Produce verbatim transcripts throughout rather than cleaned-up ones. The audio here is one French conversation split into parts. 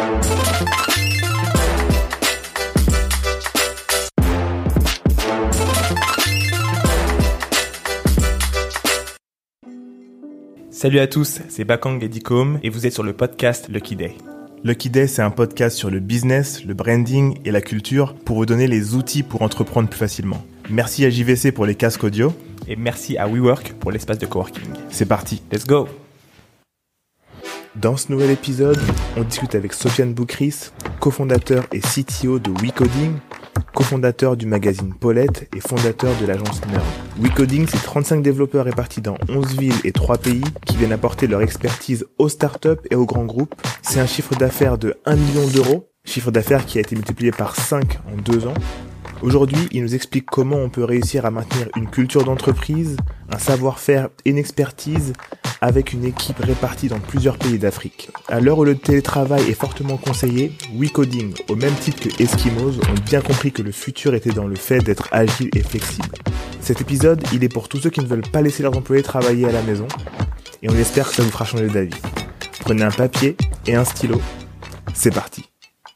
Salut à tous, c'est Bakang et Dicom et vous êtes sur le podcast Lucky Day. Lucky Day, c'est un podcast sur le business, le branding et la culture pour vous donner les outils pour entreprendre plus facilement. Merci à J V C pour les casques audio. Et merci à WeWork pour l'espace de coworking. C'est parti, let's go! Dans ce nouvel épisode, on discute avec Sofiane Boukris, cofondateur et C T O de WeCoding, cofondateur du magazine Paulette et fondateur de l'agence Nerd. WeCoding, c'est trente-cinq développeurs répartis dans onze villes et trois pays qui viennent apporter leur expertise aux startups et aux grands groupes. C'est un chiffre d'affaires de un million d'euros, chiffre d'affaires qui a été multiplié par cinq en deux ans. Aujourd'hui, il nous explique comment on peut réussir à maintenir une culture d'entreprise, un savoir-faire et une expertise avec une équipe répartie dans plusieurs pays d'Afrique. À l'heure où le télétravail est fortement conseillé, WeCoding, au même titre que Eskimos, ont bien compris que le futur était dans le fait d'être agile et flexible. Cet épisode, il est pour tous ceux qui ne veulent pas laisser leurs employés travailler à la maison, et on espère que ça vous fera changer d'avis. Prenez un papier et un stylo, c'est parti.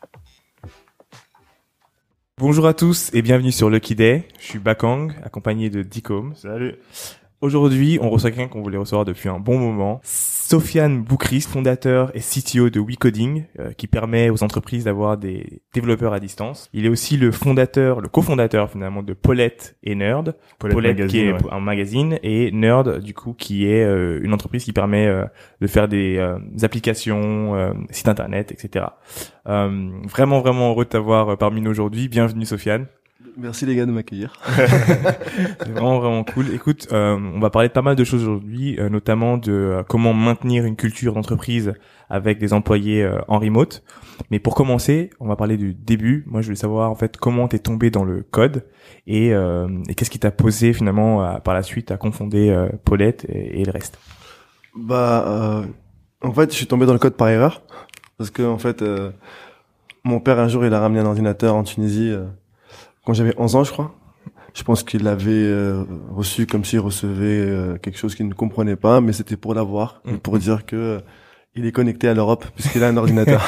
Bonjour à tous et bienvenue sur Lucky Day. Je suis Bakang, accompagné de Dicom. Salut. Aujourd'hui, on reçoit quelqu'un qu'on voulait recevoir depuis un bon moment. Sofiane Boukris, fondateur et C T O de WeCoding, euh, qui permet aux entreprises d'avoir des développeurs à distance. Il est aussi le fondateur, le cofondateur finalement de Paulette et Nerd. Paulette, Paulette magazine, qui est ouais. un magazine et Nerd du coup qui est euh, une entreprise qui permet euh, de faire des, euh, des applications, euh, sites internet, et cetera. Euh, vraiment vraiment heureux de t'avoir euh, parmi nous aujourd'hui. Bienvenue Sofiane. Merci les gars de m'accueillir. C'est vraiment vraiment cool. Écoute, euh, on va parler de pas mal de choses aujourd'hui, euh, notamment de euh, comment maintenir une culture d'entreprise avec des employés euh, en remote. Mais pour commencer, on va parler du début. Moi, je voulais savoir en fait comment t'es tombé dans le code et, euh, et qu'est-ce qui t'a posé finalement à, par la suite à confonder euh, Paulette et, et le reste. Bah, euh, en fait, je suis tombé dans le code par erreur parce que en fait, euh, mon père un jour il a ramené un ordinateur en Tunisie. Euh, Quand j'avais onze ans, je crois, je pense qu'il l'avait euh, reçu comme s'il recevait euh, quelque chose qu'il ne comprenait pas, mais c'était pour l'avoir, mmh. pour dire que euh, il est connecté à l'Europe puisqu'il a un ordinateur.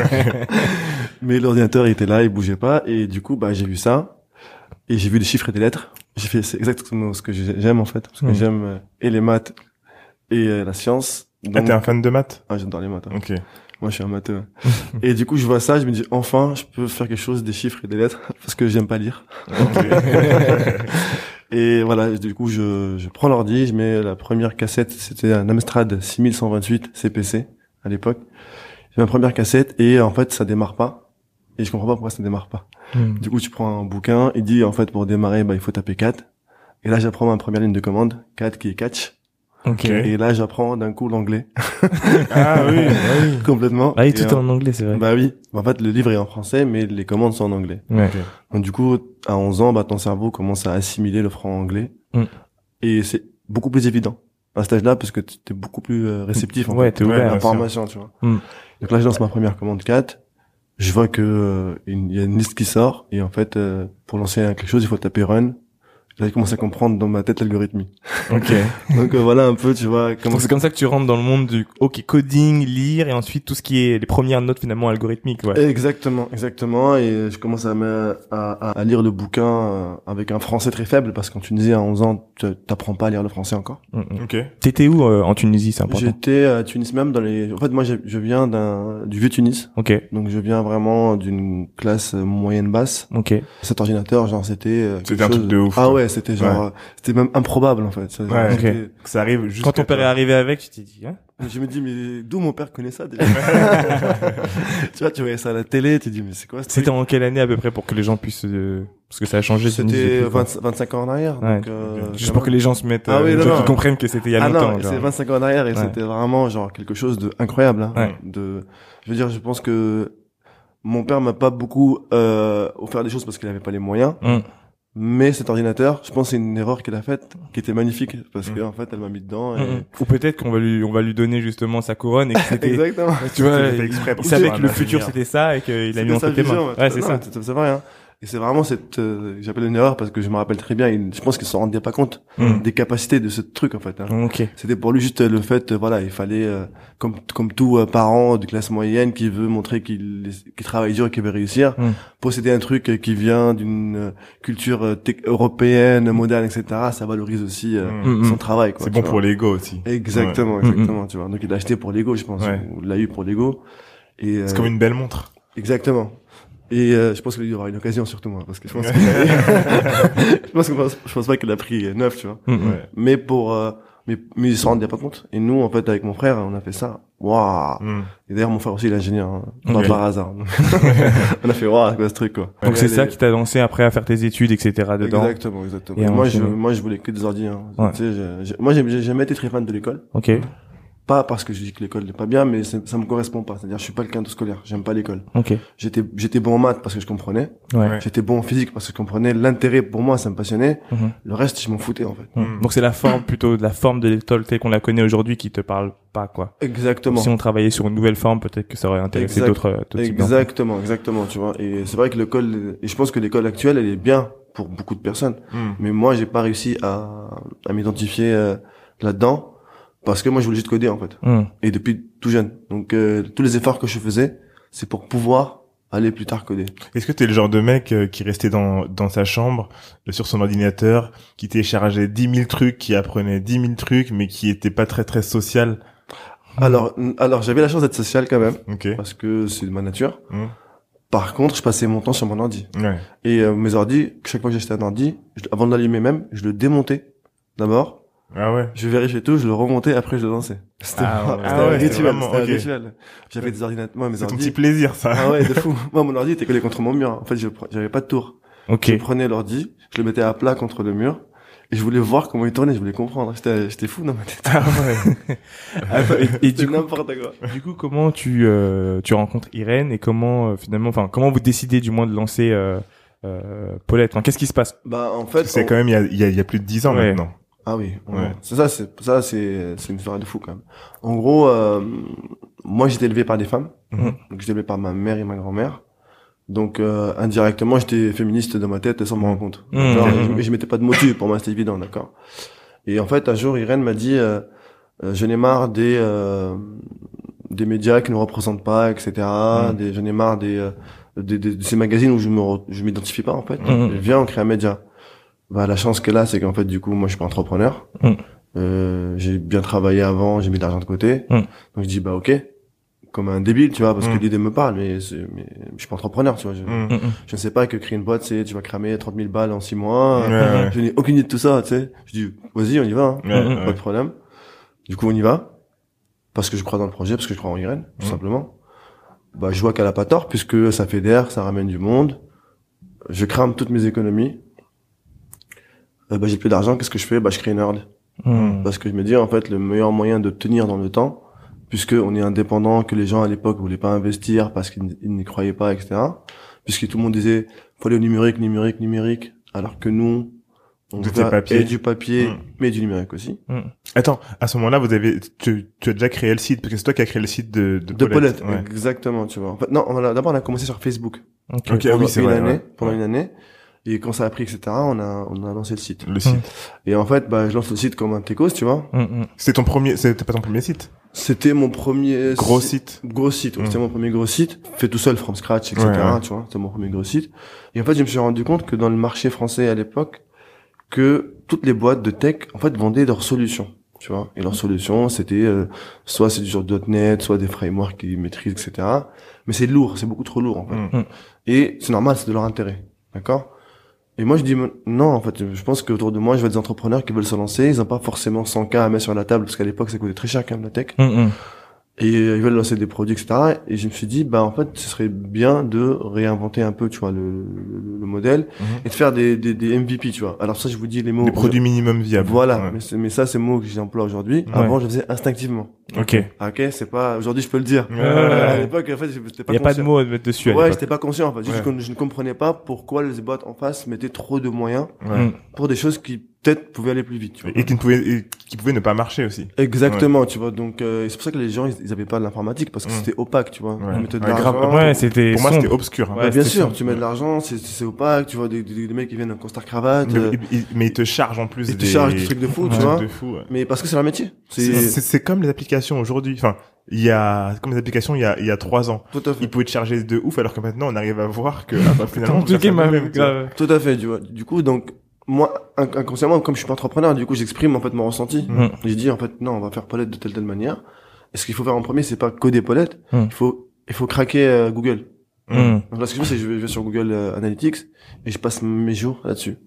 Mais l'ordinateur il était là, il bougeait pas, et du coup, bah j'ai vu ça et j'ai vu les chiffres et des lettres. J'ai fait c'est exactement ce que j'aime en fait, parce que mmh. j'aime euh, et les maths et euh, la science. Donc... Ah, t'es un fan de maths? Ah, j'adore les maths. Hein. Ok. Moi, je suis un matheux. Et du coup, je vois ça, je me dis, enfin, je peux faire quelque chose des chiffres et des lettres, parce que j'aime pas lire. Okay. Et voilà, du coup, je, je prends l'ordi, je mets la première cassette, c'était un Amstrad six mille cent vingt-huit C P C, à l'époque. J'ai ma première cassette, et en fait, ça démarre pas. Et je comprends pas pourquoi ça démarre pas. Mm. Du coup, tu prends un bouquin, il dit, en fait, pour démarrer, bah, il faut taper quatre. Et là, j'apprends ma première ligne de commande, quatre qui est catch. Okay. Et là, j'apprends d'un coup l'anglais. Ah oui, oui. Complètement. Ah oui, tout est en anglais, c'est vrai. Bah oui. En fait, le livre est en français, mais les commandes sont en anglais. Ouais. Okay. Donc du coup, à onze ans, bah ton cerveau commence à assimiler le franc anglais. Mm. Et c'est beaucoup plus évident à cet âge-là, parce que t'es beaucoup plus euh, réceptif en ouais, fait, t'es ouvert à l'information, tu vois. Mm. Donc là, je lance ma première commande quatre. Je vois que euh, il y a une liste qui sort, et en fait, euh, pour lancer quelque chose, il faut taper run. J'avais commencé à comprendre dans ma tête l'algorithmie. Ok. Donc euh, voilà un peu, tu vois. Comment... Donc c'est comme ça que tu rentres dans le monde du ok coding, lire, et ensuite tout ce qui est les premières notes finalement algorithmiques. Ouais. Exactement, exactement. Et je commence à, me, à, à lire le bouquin avec un français très faible, parce qu'en Tunisie à onze ans, tu t'apprends pas à lire le français encore. Mm-hmm. Ok. T'étais où euh, en Tunisie, c'est important? J'étais à Tunis même dans les. En fait, moi, je, je viens d'un du vieux Tunis. Ok. Donc je viens vraiment d'une classe moyenne basse. Ok. Cet ordinateur, genre c'était. C'était un chose... truc de ouf. Ah ouais. C'était genre, ouais. c'était même improbable en fait. Ça, ouais, okay. Ça arrive juste. Quand ton père est arrivé avec, tu t'es dit, hein? Je me dis, mais d'où mon père connaît ça déjà? Tu vois, tu voyais ça à la télé, tu dis, mais c'est quoi ce C'était en quelle année à peu près pour que les gens puissent, euh... parce que ça a changé. C'était vingt, vingt-cinq ans en arrière. Ouais. Donc, euh, juste pour que les gens se mettent, ah, euh, oui, non, non. qu'ils comprennent que c'était il y a ah longtemps. Non, c'est vingt-cinq ans en arrière, et ouais. C'était vraiment genre quelque chose de incroyable. Hein, ouais. De, je veux dire, je pense que mon père m'a pas beaucoup euh, offert des choses parce qu'il avait pas les moyens. Mm. Mais cet ordinateur, je pense que c'est une erreur qu'elle a faite, qui était magnifique, parce mmh. qu'en fait, elle m'a mis dedans. Et... Mmh. Ou peut-être qu'on va lui, on va lui donner justement sa couronne et que c'était. Exactement. Tu vois, il, il savait que le futur c'était ça et qu'il a mis entre tes mains. Ouais, c'est ça. C'est vrai, hein. Et c'est vraiment cette, euh, j'appelle une erreur parce que je me rappelle très bien, il, je pense qu'il s'en rendait pas compte Mm. des capacités de ce truc, en fait. Hein. Ok. C'était pour lui juste le fait, euh, voilà, il fallait, euh, comme comme tout euh, parent de classe moyenne qui veut montrer qu'il qu'il travaille dur et qu'il veut réussir, Mm. posséder un truc euh, qui vient d'une euh, culture euh, tec- européenne, moderne, et cetera. Ça valorise aussi euh, Mm. son travail. Quoi, C'est tu bon vois. pour l'ego aussi. Exactement, Ouais. exactement. Tu vois. Donc il l'a acheté pour l'ego, je pense. Ouais. Ou il l'a eu pour l'ego. Et euh, C'est comme une belle montre. exactement. Et euh, je pense qu'il y aura une occasion surtout moi, parce que je pense, que... je pense que je pense pas qu'il a pris neuf, tu vois. Mm. Ouais. Mais pour euh, mais mais il s'en rendait pas compte. Et nous en fait avec mon frère, on a fait ça. Waouh. Mm. Et d'ailleurs mon frère aussi il est ingénieur, hein. Pas Ok. par hasard. on a fait waouh, c'est quoi ce truc quoi. Donc Et c'est elle ça est- qui t'a lancé après à faire tes études, et cetera dedans. Exactement, exactement. Et Et à moi je enchaîner. moi je voulais que des ordi. Hein. Ouais. Tu sais, j'ai- j'ai- moi j'ai j'ai jamais été très fan de l'école. Ok. Pas parce que je dis que l'école n'est pas bien, mais c'est- ça me correspond pas. C'est-à-dire, je suis pas quelqu'un de scolaire. J'aime pas l'école. Ok. J'étais, j'étais bon en maths parce que je comprenais. Ouais. Ouais. J'étais bon en physique parce que je comprenais. L'intérêt pour moi, ça me passionnait. Mhm. Le reste, je m'en foutais, en fait. Mm. Donc c'est la forme plutôt de la forme de l'école telle qu'on la connaît aujourd'hui qui te parle pas quoi. Exactement. Si on travaillait sur une nouvelle forme, peut-être que ça aurait intéressé Exact. d'autres d'autres types d'enfants. Exactement, exactement, tu vois. Et c'est vrai que l'école, et je pense que l'école actuelle, elle est bien pour beaucoup de personnes. Mm. Mais moi, j'ai pas réussi à, à m'identifier euh, là-dedans parce que moi, je voulais juste coder, en fait. Mm. Et depuis tout jeune. Donc, euh, tous les efforts que je faisais, c'est pour pouvoir aller plus tard coder. Est-ce que t'es le genre de mec euh, qui restait dans dans sa chambre, euh, sur son ordinateur, qui téléchargeait dix mille trucs, qui apprenait dix mille trucs, mais qui était pas très très social? Alors, alors j'avais la chance d'être social quand même, Ok. parce que c'est de ma nature. Mm. Par contre, je passais mon temps sur mon ordi. Ouais. Et euh, mes ordi, chaque fois que j'achetais un ordi, je- avant de l'allumer même, je le démontais d'abord, Ah ouais. je vérifiais tout, je le remontais, après je le lançais. C'était Ah vraiment- ouais. c'était Ah un ouais, rituel, c'était vraiment- c'était un ok. rituel. J'avais des ordinateurs, moi mes C'est ton ordi. petit plaisir, ça. Ah ouais, de fou. Moi mon ordi était collé contre mon mur. En fait, je pre- j'avais pas de tour. Ok. Je prenais l'ordi, je le mettais à plat contre le mur. Et je voulais voir comment il tournait, je voulais comprendre. J'étais, j'étais fou dans ma tête. Ah ouais. Attends, et, et C'était du coup, n'importe quoi. du coup, comment tu euh, tu rencontres Irène et comment euh, finalement, enfin, comment vous décidez du moins de lancer euh, euh, Paulette. Enfin, qu'est-ce qui se passe? Bah, en fait. C'est on- quand même il y a, il y a il y a plus de dix ans Ouais. maintenant. Ah oui, Ouais. ouais. C'est ça, c'est ça, c'est c'est une histoire de fou quand même. En gros, euh, moi j'étais élevé par des femmes, Mhm. donc j'étais élevé par ma mère et ma grand-mère. Donc euh, indirectement, j'étais féministe dans ma tête sans m'en rendre compte. Mhm. D'accord, Mhm. je, je mettais pas de motif, pour moi c'était évident, d'accord. Et en fait, un jour, Irène m'a dit, euh, euh, je n'ai marre des euh, des médias qui nous représentent pas, et cetera. Mhm. Des, je n'ai marre des, euh, des, des- de ces magazines où je me re- je m'identifie pas en fait. Mhm. Viens, on crée un média. Bah la chance qu'elle a, c'est qu'en fait du coup, moi je suis pas entrepreneur. Mhm. Euh, j'ai bien travaillé avant, j'ai mis de l'argent de côté. Mhm. Donc je dis bah ok, comme un débile, tu vois, parce Mhm. que l'idée me parle, mais, c'est- mais je suis pas entrepreneur, tu vois. Je, Mm. Mm, mm. je ne sais pas que créer une boîte, c'est tu vas cramer trente mille balles en six mois. Ouais, ouais. Je n'ai aucune idée de tout ça, tu sais. Je dis vas-y, on y va, hein. Ouais, Mhm. ouais. Pas de problème. Du coup, on y va parce que je crois dans le projet, parce que je crois en Irène, tout Mhm. simplement. Bah, je vois qu'elle a pas tort puisque ça fédère, ça ramène du monde. Je crame toutes mes économies. Euh, bah, j'ai plus d'argent, qu'est-ce que je fais? Bah, je crée une horde. Mm. Parce que je me dis, en fait, le meilleur moyen de tenir dans le temps, puisque on est indépendant, que les gens à l'époque voulaient pas investir parce qu'ils n- ils n'y croyaient pas, et cetera. Puisque tout le monde disait, faut aller au numérique, numérique, numérique, alors que nous, on Vous veut étiez papier. et du papier, Mm. mais du numérique aussi. Attends, à ce moment-là, vous avez, tu, tu as déjà créé le site, parce que c'est toi qui as créé le site de, de, De Paulette, Ouais. exactement, tu vois. En fait, non, on a- d'abord on a commencé sur Facebook. Ok. Ok, ah pendant oui, c'est une vrai. année, ouais. pendant Ouais. une année. Et quand ça a pris, et cetera, on a, on a lancé le site. Le site. Et en fait, bah, je lance le site comme un techos, tu vois. Mm, mm. C'était ton premier, c'était pas ton premier site? C'était mon premier Gros si- site. Gros site, ouais, Mm. c'était mon premier gros site, fait tout seul, from scratch, et cetera. Ouais, ouais. Tu vois, c'était mon premier gros site. Et en fait, je me suis rendu compte que dans le marché français à l'époque, que toutes les boîtes de tech, en fait, vendaient leurs solutions. Tu vois, et leurs solutions, c'était euh, soit c'est du genre .NET, soit des frameworks qu'ils maîtrisent, et cetera. Mais c'est lourd, c'est beaucoup trop lourd en fait. Mm. Et c'est normal, c'est de leur intérêt, d'accord. Et moi, je dis non, en fait, je pense qu'autour de moi, je vois des entrepreneurs qui veulent se lancer, ils n'ont pas forcément cent K à mettre sur la table, parce qu'à l'époque, ça coûtait très cher quand même la tech. Mm, mm. Et euh, ils veulent lancer des produits, et cetera. Et je me suis dit, bah en fait, ce serait bien de réinventer un peu, tu vois, le, le, le modèle Mhm. et de faire des, des, des M V P, tu vois. Alors ça, je vous dis les mots. Des produits minimum viables. Voilà. Ouais. Mais, c'est- mais ça, c'est le mot que j'emploie aujourd'hui. Ouais. Avant, je le faisais instinctivement. Ok. Ah, ok, c'est pas. Aujourd'hui, je peux le dire. Ouais. À l'époque, en fait, j'étais Il pas. y a pas de conscient. mots à mettre dessus. à Ouais, l'époque. j'étais pas conscient. En fait, juste Ouais. que je ne comprenais pas pourquoi les boîtes en face mettaient trop de moyens Ouais. Mm. pour des choses qui peut-être pouvaient aller plus vite, tu vois. Et qui ne pouvait, et qui pouvait ne pas marcher aussi. Exactement, ouais. Tu vois. Donc, euh, c'est pour ça que les gens, ils, ils avaient pas de l'informatique parce que Mm. c'était opaque, tu vois. Ouais. Ils mettaient de Ouais, l'argent. grave. Ouais, c'était Pour moi, sombre. c'était obscur. hein. Ouais, Bah, bien c'était sûr, sombre. tu mets de l'argent, c'est, c'est opaque, tu vois, des, des, des mecs qui viennent en costard cravate. Mais, euh, il- mais ils te chargent en plus ils te des chargent des trucs de fou, des tu vois. de fou, ouais. Mais parce que c'est leur métier. C'est, C'est, c'est, c'est comme les applications aujourd'hui. Enfin, il y a, comme les applications il y a, il y a trois ans. tout à fait. Ils pouvaient te charger de ouf alors que maintenant on arrive à voir que, ah, bah, finalement, on En tout cas, charge ma- nous-mêmes, tu vois. grave. Tout à fait, tu vois. Du coup, donc, moi, inc- inconsciemment, comme je suis pas entrepreneur, du coup, j'exprime, en fait, mon ressenti. Mm. J'ai dit, en fait, non, on va faire Paulette de telle, telle manière. Et ce qu'il faut faire en premier, c'est pas coder Paulette. Mm. Il faut, il faut craquer euh, Google. Mm. Donc là, ce que je fais, c'est que je vais, je vais sur Google euh, Analytics et je passe mes jours là-dessus.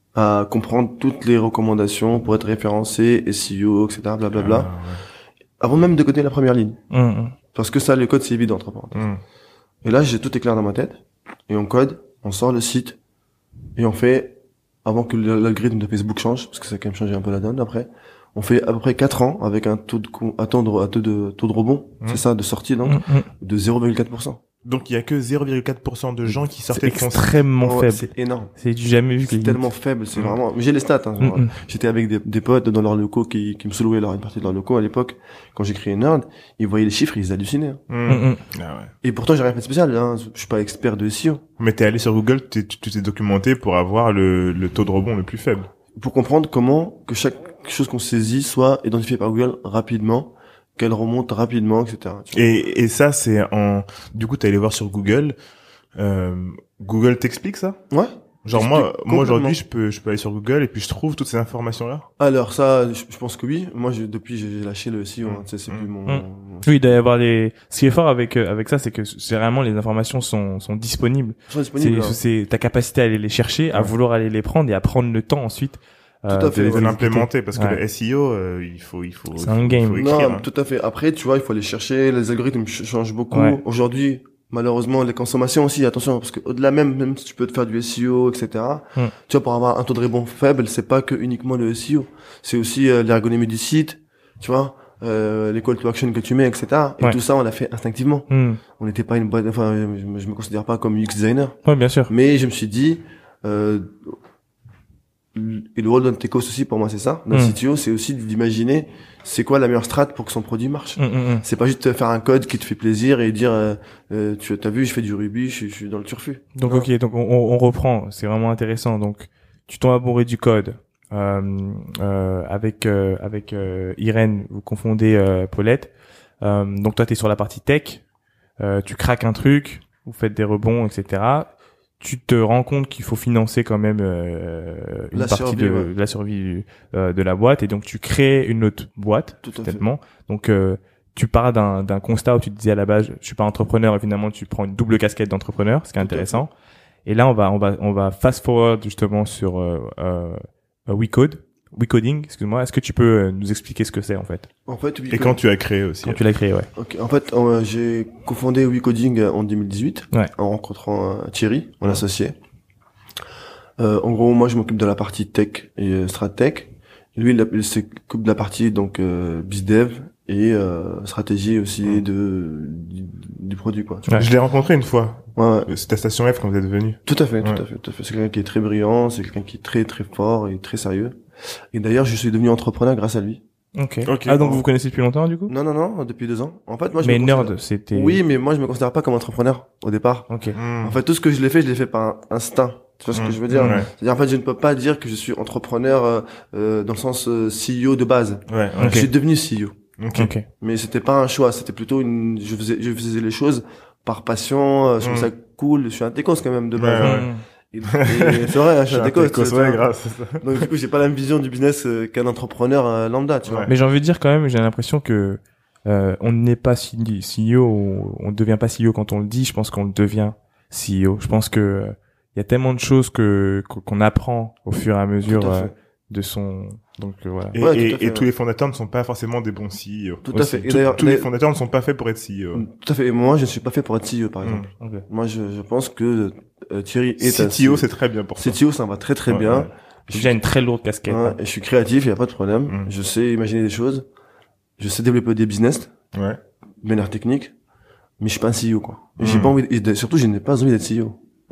À comprendre toutes les recommandations pour être référencé, S E O, et cetera, blablabla. Ah, ouais. Avant même de coder la première ligne. Mm. Parce que ça, le code, c'est évident, entre parenthèses. Mm. Et là, j'ai tout est clair dans ma tête. Et on code, on sort le site. Et on fait, avant que l'algorithme de Facebook change, parce que ça a quand même changé un peu la donne après, on fait à peu près quatre ans avec un taux de, con- un taux de, un taux de, taux de rebond. Mmh. C'est ça, de sortie, donc, Mm. Mm. de zéro virgule quatre pour cent. Donc, il y a que zéro virgule quatre pour cent de gens qui C'est sortaient de ton site. extrêmement Ouais, faible. c'est énorme. C'est du jamais vu que C'est les- tellement faible, c'est Mm. vraiment, mais j'ai les stats, hein, genre, Mm, mm. j'étais avec des, des potes dans leurs locaux qui, qui me sous-louaient leur, une partie de leurs locaux à l'époque. Quand j'ai créé Nerd, ils voyaient les chiffres, ils hallucinaient. hein. Mm. Mm, mm. Ah ouais. Et pourtant, j'ai rien fait de spécial, hein. Je suis pas expert de S E O. Mais t'es allé sur Google, t'es- tu tu t'es documenté pour avoir le, le taux de rebond le plus faible. Pour comprendre comment que chaque chose qu'on saisit soit identifiée par Google rapidement, qu'elle remonte rapidement, et cetera. tu vois. Et, et ça, c'est en, du coup, t'es allé voir sur Google, euh, Google t'explique ça? Ouais. Genre J'explique moi, moi complètement. aujourd'hui, je peux, je peux aller sur Google et puis je trouve toutes ces informations-là. Alors ça, je, je pense que oui. Moi, je, depuis, j'ai lâché le S E O. Hein. Mm. Tu sais, c'est Mm. plus mon. Mm. mon- Oui, il doit y avoir les. Ce qui est fort avec euh, avec ça, c'est que généralement les informations sont sont disponibles. Ils sont disponibles. C'est hein. c'est ta capacité à aller les chercher, à Ouais. vouloir aller les prendre et à prendre le temps ensuite. euh, Tout à fait, de les De ouais. exécuter. l'implémenter parce que Ouais. le S E O, euh, il faut, il faut, C'est il un faut- game. il faut écrire, Non, hein. tout à fait. Après, tu vois, il faut aller chercher. Les algorithmes ch- changent beaucoup. Ouais. Aujourd'hui, malheureusement, les consommations aussi. Attention, parce que au-delà même, même si tu peux te faire du S E O, et cetera. Mm. Tu vois, pour avoir un taux de rebond faible, c'est pas que uniquement le S E O. C'est aussi euh, l'ergonomie du site. Tu vois, euh, les call to action que tu mets, et cetera. Et Ouais. tout ça, on l'a fait instinctivement. Hmm. On n'était pas une boîte. Enfin, je, me- je me considère pas comme U X designer. Ouais, bien sûr. Mais je me suis dit, euh, et le rôle d'un techos aussi pour moi c'est ça, d'un Mm. C T O, c'est aussi d'imaginer c'est quoi la meilleure strat pour que son produit marche. Hmm, hmm, hmm. C'est pas juste faire un code qui te fait plaisir et dire euh, euh, tu as vu je fais du Ruby, je, suis- je suis dans le turfu. Donc Non. ok, donc on, on on reprend. C'est vraiment intéressant. Donc tu tombes amoureux du code. Euh, euh, avec euh, avec euh, Irène, vous confondez euh, Paulette. Euh, donc toi t'es sur la partie tech. Euh, tu craques un truc, vous faites des rebonds, et cetera. Tu te rends compte qu'il faut financer quand même euh, une La partie survie, de, ouais. de la survie du- euh, de la boîte et donc tu crées une autre boîte Tout à fait. finalement. Donc euh, tu pars d'un d'un constat où tu te disais à la base je suis pas entrepreneur et finalement tu prends une double casquette d'entrepreneur, ce qui est Tout à intéressant. Et là on va on va on va fast forward justement sur euh, euh, WeCode, WeCoding, excuse-moi. Est-ce que tu peux euh, nous expliquer ce que c'est en fait En fait, oui, Et quand tu as créé aussi. quand tu l'as créé, ouais. Ok. En fait, euh, j'ai cofondé WeCoding en deux mille dix-huit Ouais. en rencontrant euh, Thierry, mon associé. Euh, en gros, moi, je m'occupe de la partie tech et euh, strat-tech. Lui, il, il s'occupe de la partie donc euh, bizdev et euh, stratégie aussi Mm. de du, du produit, quoi. Ouais. Je l'ai rencontré une fois. Ouais, ouais. C'était à Station F quand vous êtes venu. Tout à fait, tout Ouais. à fait, tout à fait. C'est quelqu'un qui est très brillant, c'est quelqu'un qui est très très fort et très sérieux. Et d'ailleurs, je suis devenu entrepreneur grâce à lui. Ok. Ok. Ah donc vous vous connaissez depuis longtemps du coup Non, non, non, depuis deux ans. En fait, moi, je Mais me Nerd, considère- c'était. Oui, mais moi, je me considère pas comme entrepreneur au départ. Ok. Mm. En fait, tout ce que je l'ai fait, je l'ai fait par instinct. Tu vois ce que Mm. je veux dire? Ouais. C'est-à-dire, en fait, je ne peux pas dire que je suis entrepreneur euh, euh, dans le sens euh, C E O de base. Ouais. Ok. Je suis devenu C E O, Ok. Ok. mais c'était pas un choix. C'était plutôt une. Je faisais, je faisais les choses par passion. Euh, je trouve Mm. ça cool. Je suis un techos quand même de base. Ouais, hein. ouais. Hmm. Et- et c'est vrai, hein, je suis un techos. Techos, tu vois. ouais, grave, c'est ça. Donc du coup, j'ai pas la même vision du business euh, qu'un entrepreneur euh, lambda, tu vois. Ouais. Mais j'ai envie de dire quand même, j'ai l'impression que euh, on n'est pas C E O, ou on ne devient pas C E O quand on le dit. Je pense qu'on le devient C E O. Je pense que euh, il y a tellement de choses que qu'on qu'on apprend au fur et à mesure Tout à euh, fait. de son. Donc euh, voilà. Et, Ouais, et, tout à fait, et ouais. tous les fondateurs ne sont pas forcément des bons C E O. Tout à Aussi. fait. Et Tous- d'ailleurs, tous les d'ailleurs- fondateurs ne sont pas faits pour être C E O. tout à fait. Et moi, je ne suis pas fait pour être C E O, par Mm. exemple. Ok. Moi, je, je pense que euh, Thierry est un C T O, c'est très bien pour ça. C T O, ça va très très Ouais, bien. ouais. Je J'ai une très lourde casquette. Ouais, hein. et je suis créatif, il y a pas de problème. Mm. Je sais imaginer des choses. Je sais développer des business Ouais. de manière technique, mais je suis pas un C E O, quoi. Et j'ai Mm. pas envie, et de- surtout, je n'ai pas envie d'être C E O.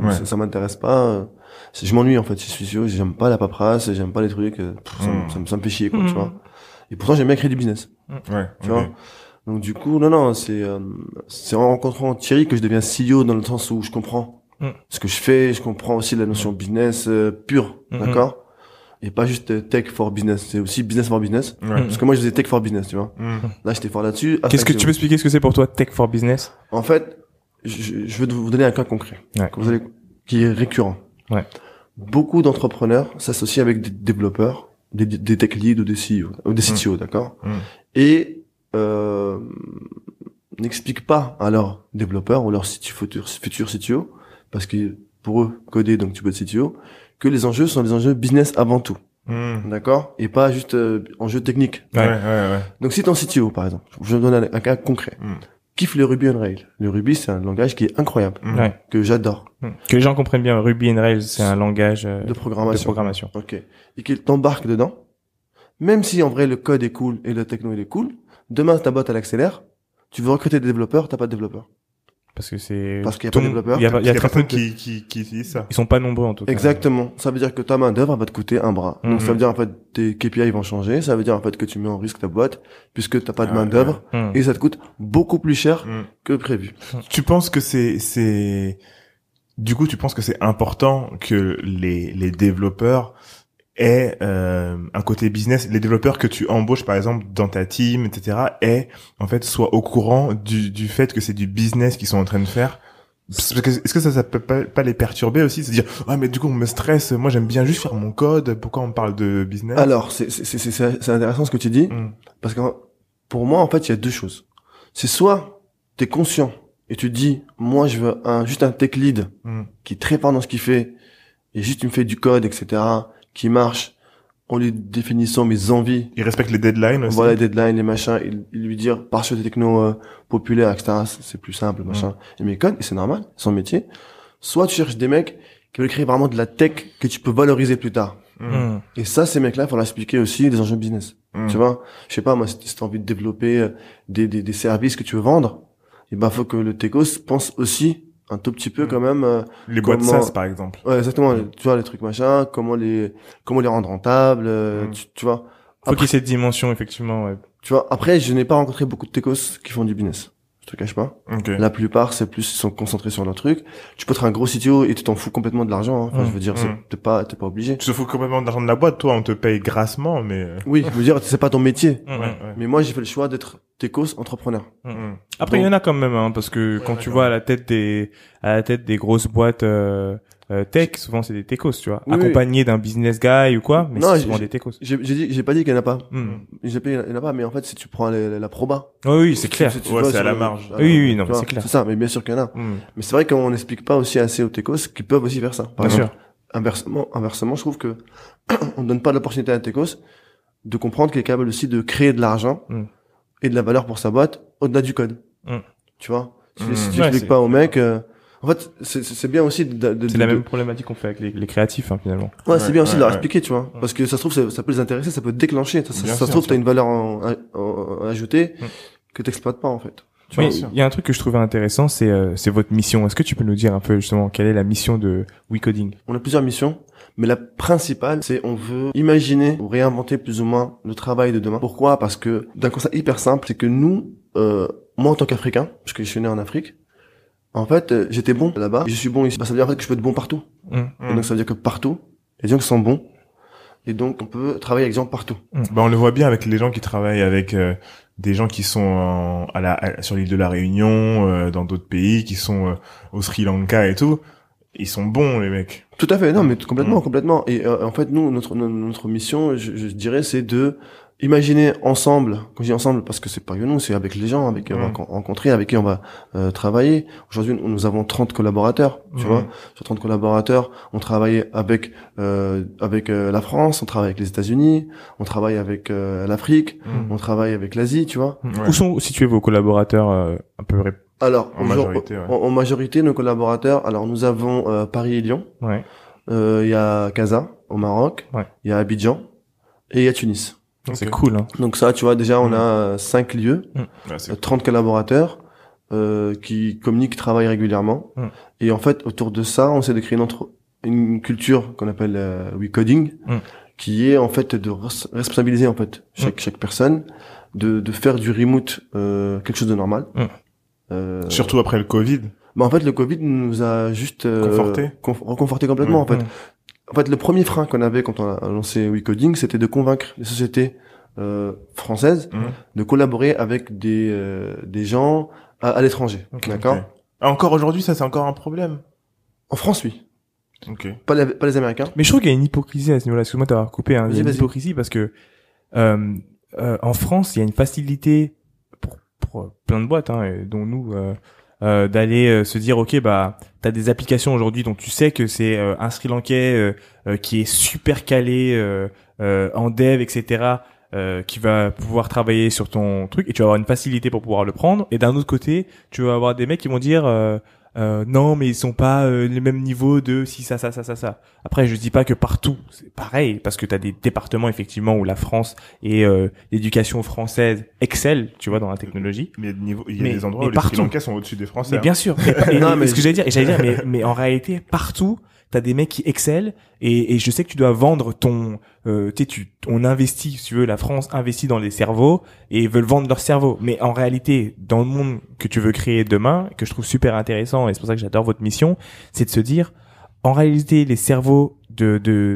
Ouais. Ça, ça m'intéresse pas. euh, c'est- Je m'ennuie en fait. Je suis C E O, j'aime pas la paperasse, j'aime pas les trucs. euh, pff, ça, me- Mm. ça, me- ça me fait chier, quoi, Mm. tu vois. Et pourtant, j'aime bien créer du business, Ouais. tu ok. vois. Donc du coup, non, non, c'est euh, c'est en rencontrant Thierry que je deviens C E O dans le sens où je comprends Mm. ce que je fais, je comprends aussi la notion business euh, pure, Mm. d'accord. Et pas juste euh, tech for business, c'est aussi business for business. Ouais. Parce que moi, je faisais tech for business, tu vois. Mm. Là, j'étais fort là-dessus. Ah, Qu'est-ce que fait tu peux expliquer ce que c'est pour toi Tech for Business? En fait, je, je vais vous donner un cas concret, Ouais. que vous allez, qui est récurrent. Ouais. Beaucoup d'entrepreneurs s'associent avec des développeurs, des, des tech leads ou des C E O, ou des C T O, d'accord, Mm. et euh, n'expliquent pas à leurs développeurs ou leurs futurs futurs C T O, parce que pour eux, coder, donc tu peux être C T O, que les enjeux sont des enjeux business avant tout, Mm. d'accord, et pas juste euh, enjeux techniques. Ouais, ouais, ouais. Donc si ton C T O, par exemple, je vais donner un, un cas concret, Mm. kiffe le Ruby on Rails. Le Ruby, c'est un langage qui est incroyable, Mm. Ouais. que j'adore, Mm. Que les gens comprennent bien, Ruby and Rails, c'est un langage euh, de de programmation. programmation. Ok. Et qu'il t'embarque dedans, même si en vrai le code est cool et le techno il est cool, demain ta boîte elle accélère, tu veux recruter des développeurs, t'as pas de développeurs. Parce que c'est... Parce qu'il y a tout pas de le monde- développeurs. Il y a, pas- il y a Il y a très peu personne de... qui, qui, qui utilise ça. Ils sont pas nombreux en tout cas. Exactement. Ça veut dire que ta main d'œuvre va te coûter un bras. Donc Mhm. ça veut dire en fait tes K P I vont changer, ça veut dire en fait que tu mets en risque ta boîte puisque t'as pas de Ah, main d'œuvre Mm. et ça te coûte beaucoup plus cher Mm. que prévu. Tu penses que c'est, c'est, du coup, tu penses que c'est important que les, les développeurs aient euh, un côté business, les développeurs que tu embauches par exemple dans ta team, et cetera, aient en fait soient au courant du, du fait que c'est du business qu'ils sont en train de faire. Parce que est-ce que ça, ça peut pas, pas les perturber aussi, se dire ah mais du coup on me stresse, moi j'aime bien juste faire mon code, pourquoi on me parle de business? Alors c'est c'est c'est c'est c'est intéressant ce que tu dis Mm. parce que pour moi en fait il y a deux choses. C'est soit t'es conscient et tu te dis moi je veux un juste un tech lead Mm. qui est très fort dans ce qu'il fait et juste il me fait du code, et cetera, qui marche en lui définissant mes envies, Ils respectent les deadlines aussi. voilà les deadlines, les machins, et, et lui dire par sur des technos euh, populaires, et cetera, c'est c'est plus simple, machin. Et mes codes, et c'est normal, c'est son métier. Soit tu cherches des mecs qui veulent créer vraiment de la tech que tu peux valoriser plus tard. Mm. Mm. Et ça, ces mecs-là, il faut leur expliquer aussi les enjeux business. Mm. Tu vois, je sais pas, moi, si si t'as envie de développer euh, des, des, des services que tu veux vendre, et ben faut que le techos pense aussi un tout petit peu Mm. quand même. euh, Les boîtes Comment- SaaS par exemple. Ouais, exactement. Tu vois les trucs machin, comment les comment les rendre rentables, euh, Mm. tu, tu vois. Faut qu'il y ait cette dimension, effectivement, ouais. Tu vois. Après, je n'ai pas rencontré beaucoup de techos qui font du business. Je te cache pas. Ok. La plupart, c'est plus ils sont concentrés sur leur truc. Tu peux être un gros C T O et tu t'en fous complètement de l'argent. Hein. Enfin, Mm. je veux dire, c'est Mm. t'es pas t'es pas obligé. Tu te fous complètement de l'argent de la boîte, toi on te paye grassement, mais. euh, Oui, je veux dire, c'est pas ton métier. Mm, Ouais, mm. ouais. Mais moi, j'ai fait le choix d'être techos entrepreneur. Mm. Après, il y en a quand même, hein, parce que quand tu d'accord. vois à la tête des, à la tête des grosses boîtes euh, euh, tech, souvent c'est des techos, tu vois, Oui, accompagnés d'un business guy ou quoi, mais Non, c'est j'ai- souvent des techos. J'ai j'ai dit, j'ai pas dit qu'il y en a pas. Mm. J'ai pas, il y en a pas, mais en fait, si tu prends la, la, la proba. Oui, oui, c'est clair. si tu Ouais, vas c'est à sur la le- marge. ah, Oui, oui, non, tu mais vois, c'est clair. C'est ça, mais bien sûr qu'il y en a. Mm. Mais c'est vrai qu'on n'explique pas aussi assez aux techos qu'ils peuvent aussi faire ça. Par Bien exemple, sûr. inversement, inversement, je trouve que on donne pas l'opportunité à un techos de comprendre qu'il est capable aussi de créer de l'argent Mm. et de la valeur pour sa boîte au-delà du code. Mm. Tu vois, si, Mm. si tu Ouais, expliques c'est- pas au mec, euh, en fait, c'est c'est bien aussi de, de C'est de- la de- même problématique qu'on fait avec les, les créatifs, hein, finalement. Ouais, c'est Ouais, bien aussi ouais, de leur ouais. expliquer, tu vois, parce que ça se trouve, ça, ça peut les intéresser, ça peut déclencher. Ça, ça, Bien ça sûr, se trouve, sûr. t'as une valeur en, en, en- ajoutée Mm. que t'exploites pas en fait. Tu vois, Mais sûr. il y a un truc que je trouvais intéressant, c'est euh, c'est votre mission. Est-ce que tu peux nous dire un peu justement quelle est la mission de WeCoding? On a plusieurs missions, mais la principale, c'est on veut imaginer ou réinventer plus ou moins le travail de demain. Pourquoi? Parce que d'un constat hyper simple, c'est que nous, euh, moi en tant qu'Africain, parce que je suis né en Afrique, en fait, euh, j'étais bon là-bas, et je suis bon ici. Bah, ça veut dire en fait que je peux être bon partout. Mm. Et donc ça veut dire que partout, il y a des gens qui sont bons, et donc on peut travailler avec des gens partout. Bah, on le voit bien avec les gens qui travaillent avec euh, des gens qui sont en- à la, à- sur l'île de la Réunion, euh, dans d'autres pays, qui sont euh, au Sri Lanka et tout. Ils sont bons, les mecs. Tout à fait, non, mais complètement, Mm. complètement. Et euh, en fait, nous, notre notre, notre mission, je, je dirais, c'est de imaginer ensemble. Quand je dis ensemble, parce que c'est pas que nous, c'est avec les gens, avec qui on va Mm. ren- rencontrer, avec qui on va euh, travailler. Aujourd'hui, nous, nous avons trente collaborateurs, tu Mm. vois. Sur trente collaborateurs, on travaille avec euh, avec euh, la France, on travaille avec les États-Unis, on travaille avec euh, l'Afrique, Mm. on travaille avec l'Asie, tu vois. Mm. Ouais. Où sont situés vos collaborateurs euh, un peu ré- Alors, En aujourd'hui, majorité, ouais. en, en majorité, nos collaborateurs. Alors, nous avons euh, Paris et Lyon. Ouais. Euh, Il y a Casa au Maroc, il Ouais. y a Abidjan et il y a Tunis. C'est Ok. cool, hein. Donc ça, tu vois, déjà, on Mm. a euh, cinq lieux, Ouais, euh, c'est- trente collaborateurs. euh, qui communiquent, qui travaillent régulièrement. Mm. Et en fait, autour de ça, on essaie de créer une, entre... une culture qu'on appelle euh, WeCoding, mm. qui est en fait de res- responsabiliser en fait chaque mm. chaque personne, de de faire du remote euh, quelque chose de normal. Mm. Euh, Surtout après le Covid. Bah en fait, le Covid nous a juste euh, conforté, conf- reconforté complètement mm. en fait. Mm. En fait, le premier frein qu'on avait quand on a lancé WeCoding, c'était de convaincre les sociétés euh, françaises mmh. de collaborer avec des euh, des gens à, à l'étranger. Okay, d'accord. Okay. Encore aujourd'hui, ça c'est encore un problème. En France, oui. Ok. Pas les, pas les Américains. Mais je trouve qu'il y a une hypocrisie à ce niveau-là. Excuse-moi de t'avoir coupé. Hein. Il y a une vas-y. hypocrisie parce que euh, euh, en France, il y a une facilité pour, pour plein de boîtes, hein, dont nous. Euh, Euh, d'aller euh, se dire ok bah t'as des applications aujourd'hui dont tu sais que c'est euh, un Sri Lankais euh, euh, qui est super calé euh, euh, en dev etc euh, qui va pouvoir travailler sur ton truc et tu vas avoir une facilité pour pouvoir le prendre et d'un autre côté tu vas avoir des mecs qui vont dire euh, euh, non mais ils sont pas euh, les mêmes niveaux de si ça ça ça ça ça. Après je dis pas que partout c'est pareil parce que t'as des départements effectivement où la France et euh, l'éducation française excelle tu vois dans la technologie. Mais niveau il y a mais, des endroits où partout. les Sri Lankais sont au-dessus des Français. Mais bien sûr. Et, et, non, mais ce que j'allais dire, et j'allais dire, mais, mais en réalité, partout, t'as des mecs qui excellent, et, et je sais que tu dois vendre ton, euh, tu sais, tu, on investit, si tu veux, la France investit dans les cerveaux, et veulent vendre leur cerveau. Mais en réalité, dans le monde que tu veux créer demain, que je trouve super intéressant, et c'est pour ça que j'adore votre mission, c'est de se dire, en réalité, les cerveaux de, de,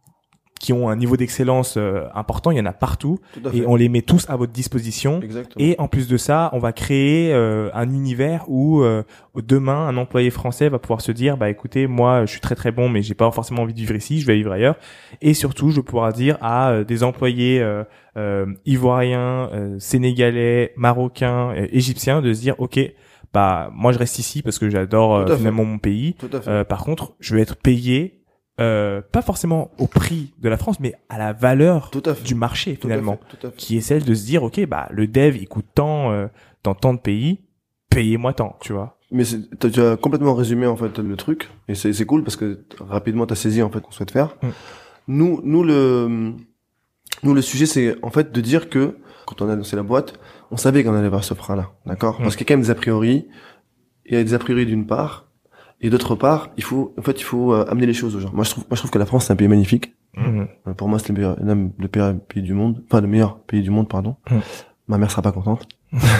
qui ont un niveau d'excellence euh, important, il y en a partout, et on les met tous à votre disposition. Exactement. Et en plus de ça, on va créer euh, un univers où euh, demain, un employé français va pouvoir se dire, bah écoutez, moi, je suis très très bon, mais j'ai pas forcément envie de vivre ici, je vais vivre ailleurs. Et surtout, je vais pouvoir dire à euh, des employés euh, euh, ivoiriens, euh, sénégalais, marocains, euh, égyptiens, de se dire, ok, bah moi je reste ici parce que j'adore euh, finalement mon pays. Tout à fait. Euh, par contre, je vais être payé. Euh, pas forcément au prix de la France, mais à la valeur du marché finalement, tout à fait, tout à fait. qui est celle de se dire, ok, bah le dev il coûte tant euh, dans tant de pays, payez-moi tant, tu vois. Mais c'est, tu as complètement résumé en fait le truc, et c'est, c'est cool parce que rapidement t'as saisi en fait qu'on souhaite faire. Mm. Nous, nous le, nous le sujet c'est en fait de dire que quand on a lancé la boîte, on savait qu'on allait avoir ce frein-là, d'accord, mm. parce qu'il y a quand même des a priori, il y a des a priori d'une part. Et d'autre part, il faut, en fait, il faut euh, amener les choses aux gens. Moi, je trouve, moi, je trouve que la France, c'est un pays magnifique. Mmh. Euh, pour moi, c'est le meilleur, le meilleur pays du monde. Enfin, le meilleur pays du monde, pardon. Mmh. Ma mère sera pas contente.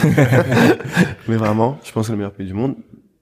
Mais vraiment, je pense que c'est le meilleur pays du monde.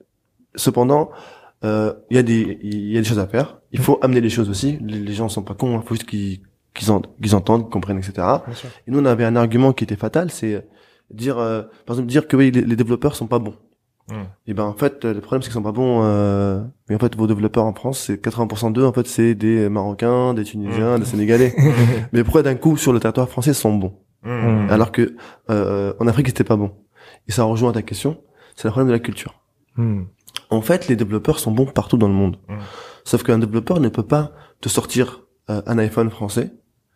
Cependant, euh, il y a des, il y a des choses à faire. Il faut mmh. amener les choses aussi. Les, les gens sont pas cons. Il faut juste qu'ils, qu'ils, en, qu'ils entendent, qu'ils comprennent, et cetera. Et nous, on avait un argument qui était fatal, c'est dire, euh, par exemple, dire que oui, les, les développeurs sont pas bons. Mmh. Et ben en fait le problème c'est qu'ils sont pas bons euh... mais en fait vos développeurs en France c'est quatre-vingts pour cent d'eux en fait c'est des Marocains, des Tunisiens, mmh. des Sénégalais. Mais pourquoi d'un coup sur le territoire français ils sont bons mmh. alors que euh, en Afrique c'était pas bon. Et ça rejoint ta question, c'est le problème de la culture. Mmh. En fait les développeurs sont bons partout dans le monde. Mmh. Sauf qu'un développeur ne peut pas te sortir euh, un iPhone français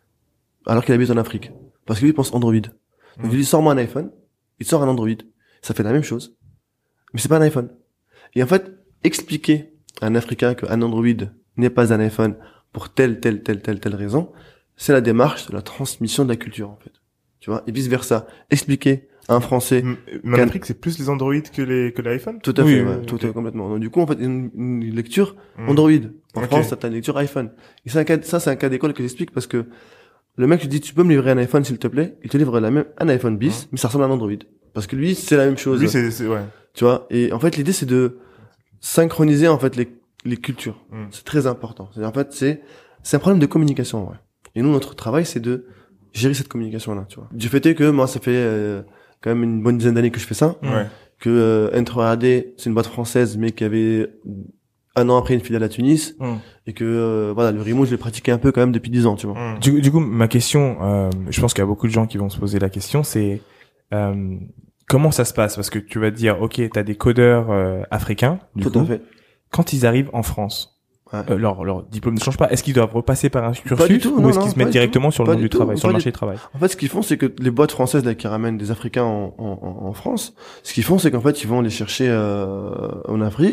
alors qu'il habite en Afrique parce que lui il pense Android. Donc mmh. il dit sors-moi un iPhone, il te sort un Android. Ça fait la même chose. Mais c'est pas un iPhone. Et en fait, expliquer à un Africain qu'un Android n'est pas un iPhone pour telle, telle, telle, telle, telle raison, c'est la démarche de la transmission de la culture, en fait. Tu vois? Et vice versa. Expliquer à un Français. Mais en Afrique, c'est plus les Android que les, que l'iPhone? Tout à oui, fait, oui, ouais, oui, tout okay. à fait, complètement. Donc, du coup, en fait, une, une lecture mm. Android. En okay. France, t'as une lecture iPhone. Et c'est un cas, ça, c'est un cas d'école que j'explique parce que le mec lui dit, tu peux me livrer un iPhone, s'il te plaît? Il te livre la même, un iPhone bis, mm. mais ça ressemble à un Android. Parce que lui, c'est la même chose. Lui, c'est, c'est, ouais. Tu vois, et en fait l'idée c'est de synchroniser en fait les les cultures. Mm. C'est très important. C'est en fait c'est c'est un problème de communication, ouais. Et nous notre travail c'est de gérer cette communication là, tu vois. Du fait est que moi ça fait euh, quand même une bonne dizaine d'années que je fais ça, ouais. que euh, N trois R D c'est une boîte française mais qui avait un an après une filiale à Tunis mm. et que euh, voilà le remote je l'ai pratiqué un peu quand même depuis dix ans, tu vois. Mm. Du, du coup ma question, euh, je pense qu'il y a beaucoup de gens qui vont se poser la question, c'est euh, comment ça se passe? Parce que tu vas te dire, ok, t'as des codeurs euh, africains, du Tout coup, à fait. Quand ils arrivent en France, ouais. euh, leur, leur diplôme ne change pas. Est-ce qu'ils doivent repasser par un cursus pas du tout, ou non, est-ce qu'ils non, se mettent directement sur le monde du tout, travail, sur le marché du... du travail? En fait, ce qu'ils font, c'est que les boîtes françaises là qui ramènent des Africains en, en, en France, ce qu'ils font, c'est qu'en fait, ils vont les chercher euh, en Afrique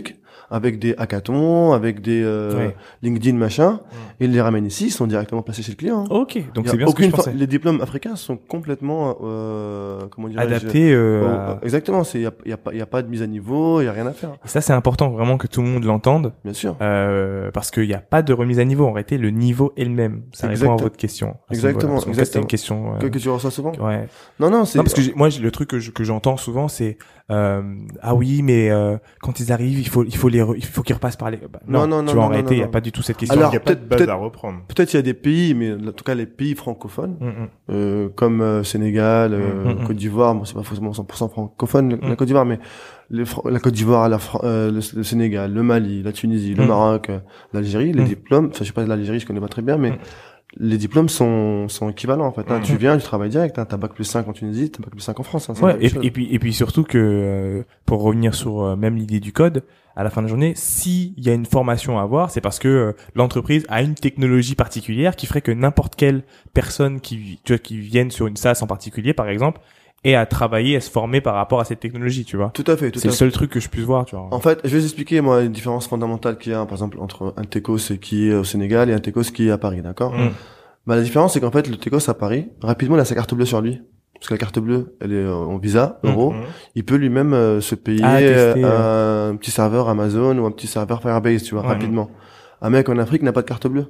avec des hackathons, avec des euh, Ouais. LinkedIn machin, Mm. et ils les ramènent ici, ils sont directement placés chez le client. hein. Ok, donc Il y a c'est bien ce que je aucune for- pensais. Les diplômes africains sont complètement euh, comment dirais-je Adapté. Euh, Oh, à- exactement, c'est il y a, y a pas il y a pas de mise à niveau, il y a rien à faire. Et ça, c'est important vraiment que tout le monde l'entende, Bien sûr. euh, parce qu'il n'y a pas de remise à niveau. En réalité, le niveau est le même. Ça répond Exactement. à votre question. à ce Exactement, niveau-là. Parce qu'en fait, c'est exactement. une question. Que, Euh, que tu reçois souvent. ouais. Non non, c'est Non, parce que j'ai- moi, j'ai- le truc que je- que j'entends souvent, c'est euh, ah oui, mais euh, quand ils arrivent, il faut il faut les re- il faut qu'ils repassent par les. Bah, Non, non, non, tu non, vois, en non, réalité, il non, y a non. pas du tout cette question. Alors, il y a pas de peut-être- base peut-être- à reprendre. peut-être il y a des pays, mais en tout cas les pays francophones, Mm, mm. euh, comme euh, Sénégal, euh, Mm, mm, mm. Côte d'Ivoire, bon c'est pas forcément cent pour cent francophone le- Mm. la Côte d'Ivoire, mais les, Fran- la Côte d'Ivoire, la Fran- euh, le, le Sénégal, le Mali, la Tunisie, le Mm. Maroc, euh, l'Algérie, les Mm. diplômes, enfin je sais pas l'Algérie, je connais pas très bien, mais Mm. les diplômes sont sont équivalents en fait. Hein. Mm. Tu viens, tu travailles direct, hein. T'as bac plus cinq en Tunisie, t'as bac plus cinq en France. Hein. C'est Ouais, la même et, chose. et puis et puis surtout que euh, pour revenir sur euh, même l'idée du code, à la fin de la journée, s'il y a une formation à avoir, c'est parce que euh, l'entreprise a une technologie particulière qui ferait que n'importe quelle personne qui tu vois qui vienne sur une SaaS en particulier, par exemple, ait à travailler, à se former par rapport à cette technologie, tu vois. Tout à fait, tout C'est à le fait. seul truc que je puisse voir, tu vois. En fait, je vais vous expliquer moi les différences fondamentales qu'il y a, par exemple, entre un Tecos qui est au Sénégal et un Tecos qui est à Paris, d'accord? Mm. Bah la différence c'est qu'en fait le Tecos à Paris, rapidement il a sa carte bleue sur lui. Parce que la carte bleue, elle est euh, en visa, euro. Mhm. Il peut lui-même euh, se payer Ah, tester, euh, un petit serveur Amazon ou un petit serveur Firebase, tu vois, Ouais. rapidement. Un mec en Afrique n'a pas de carte bleue.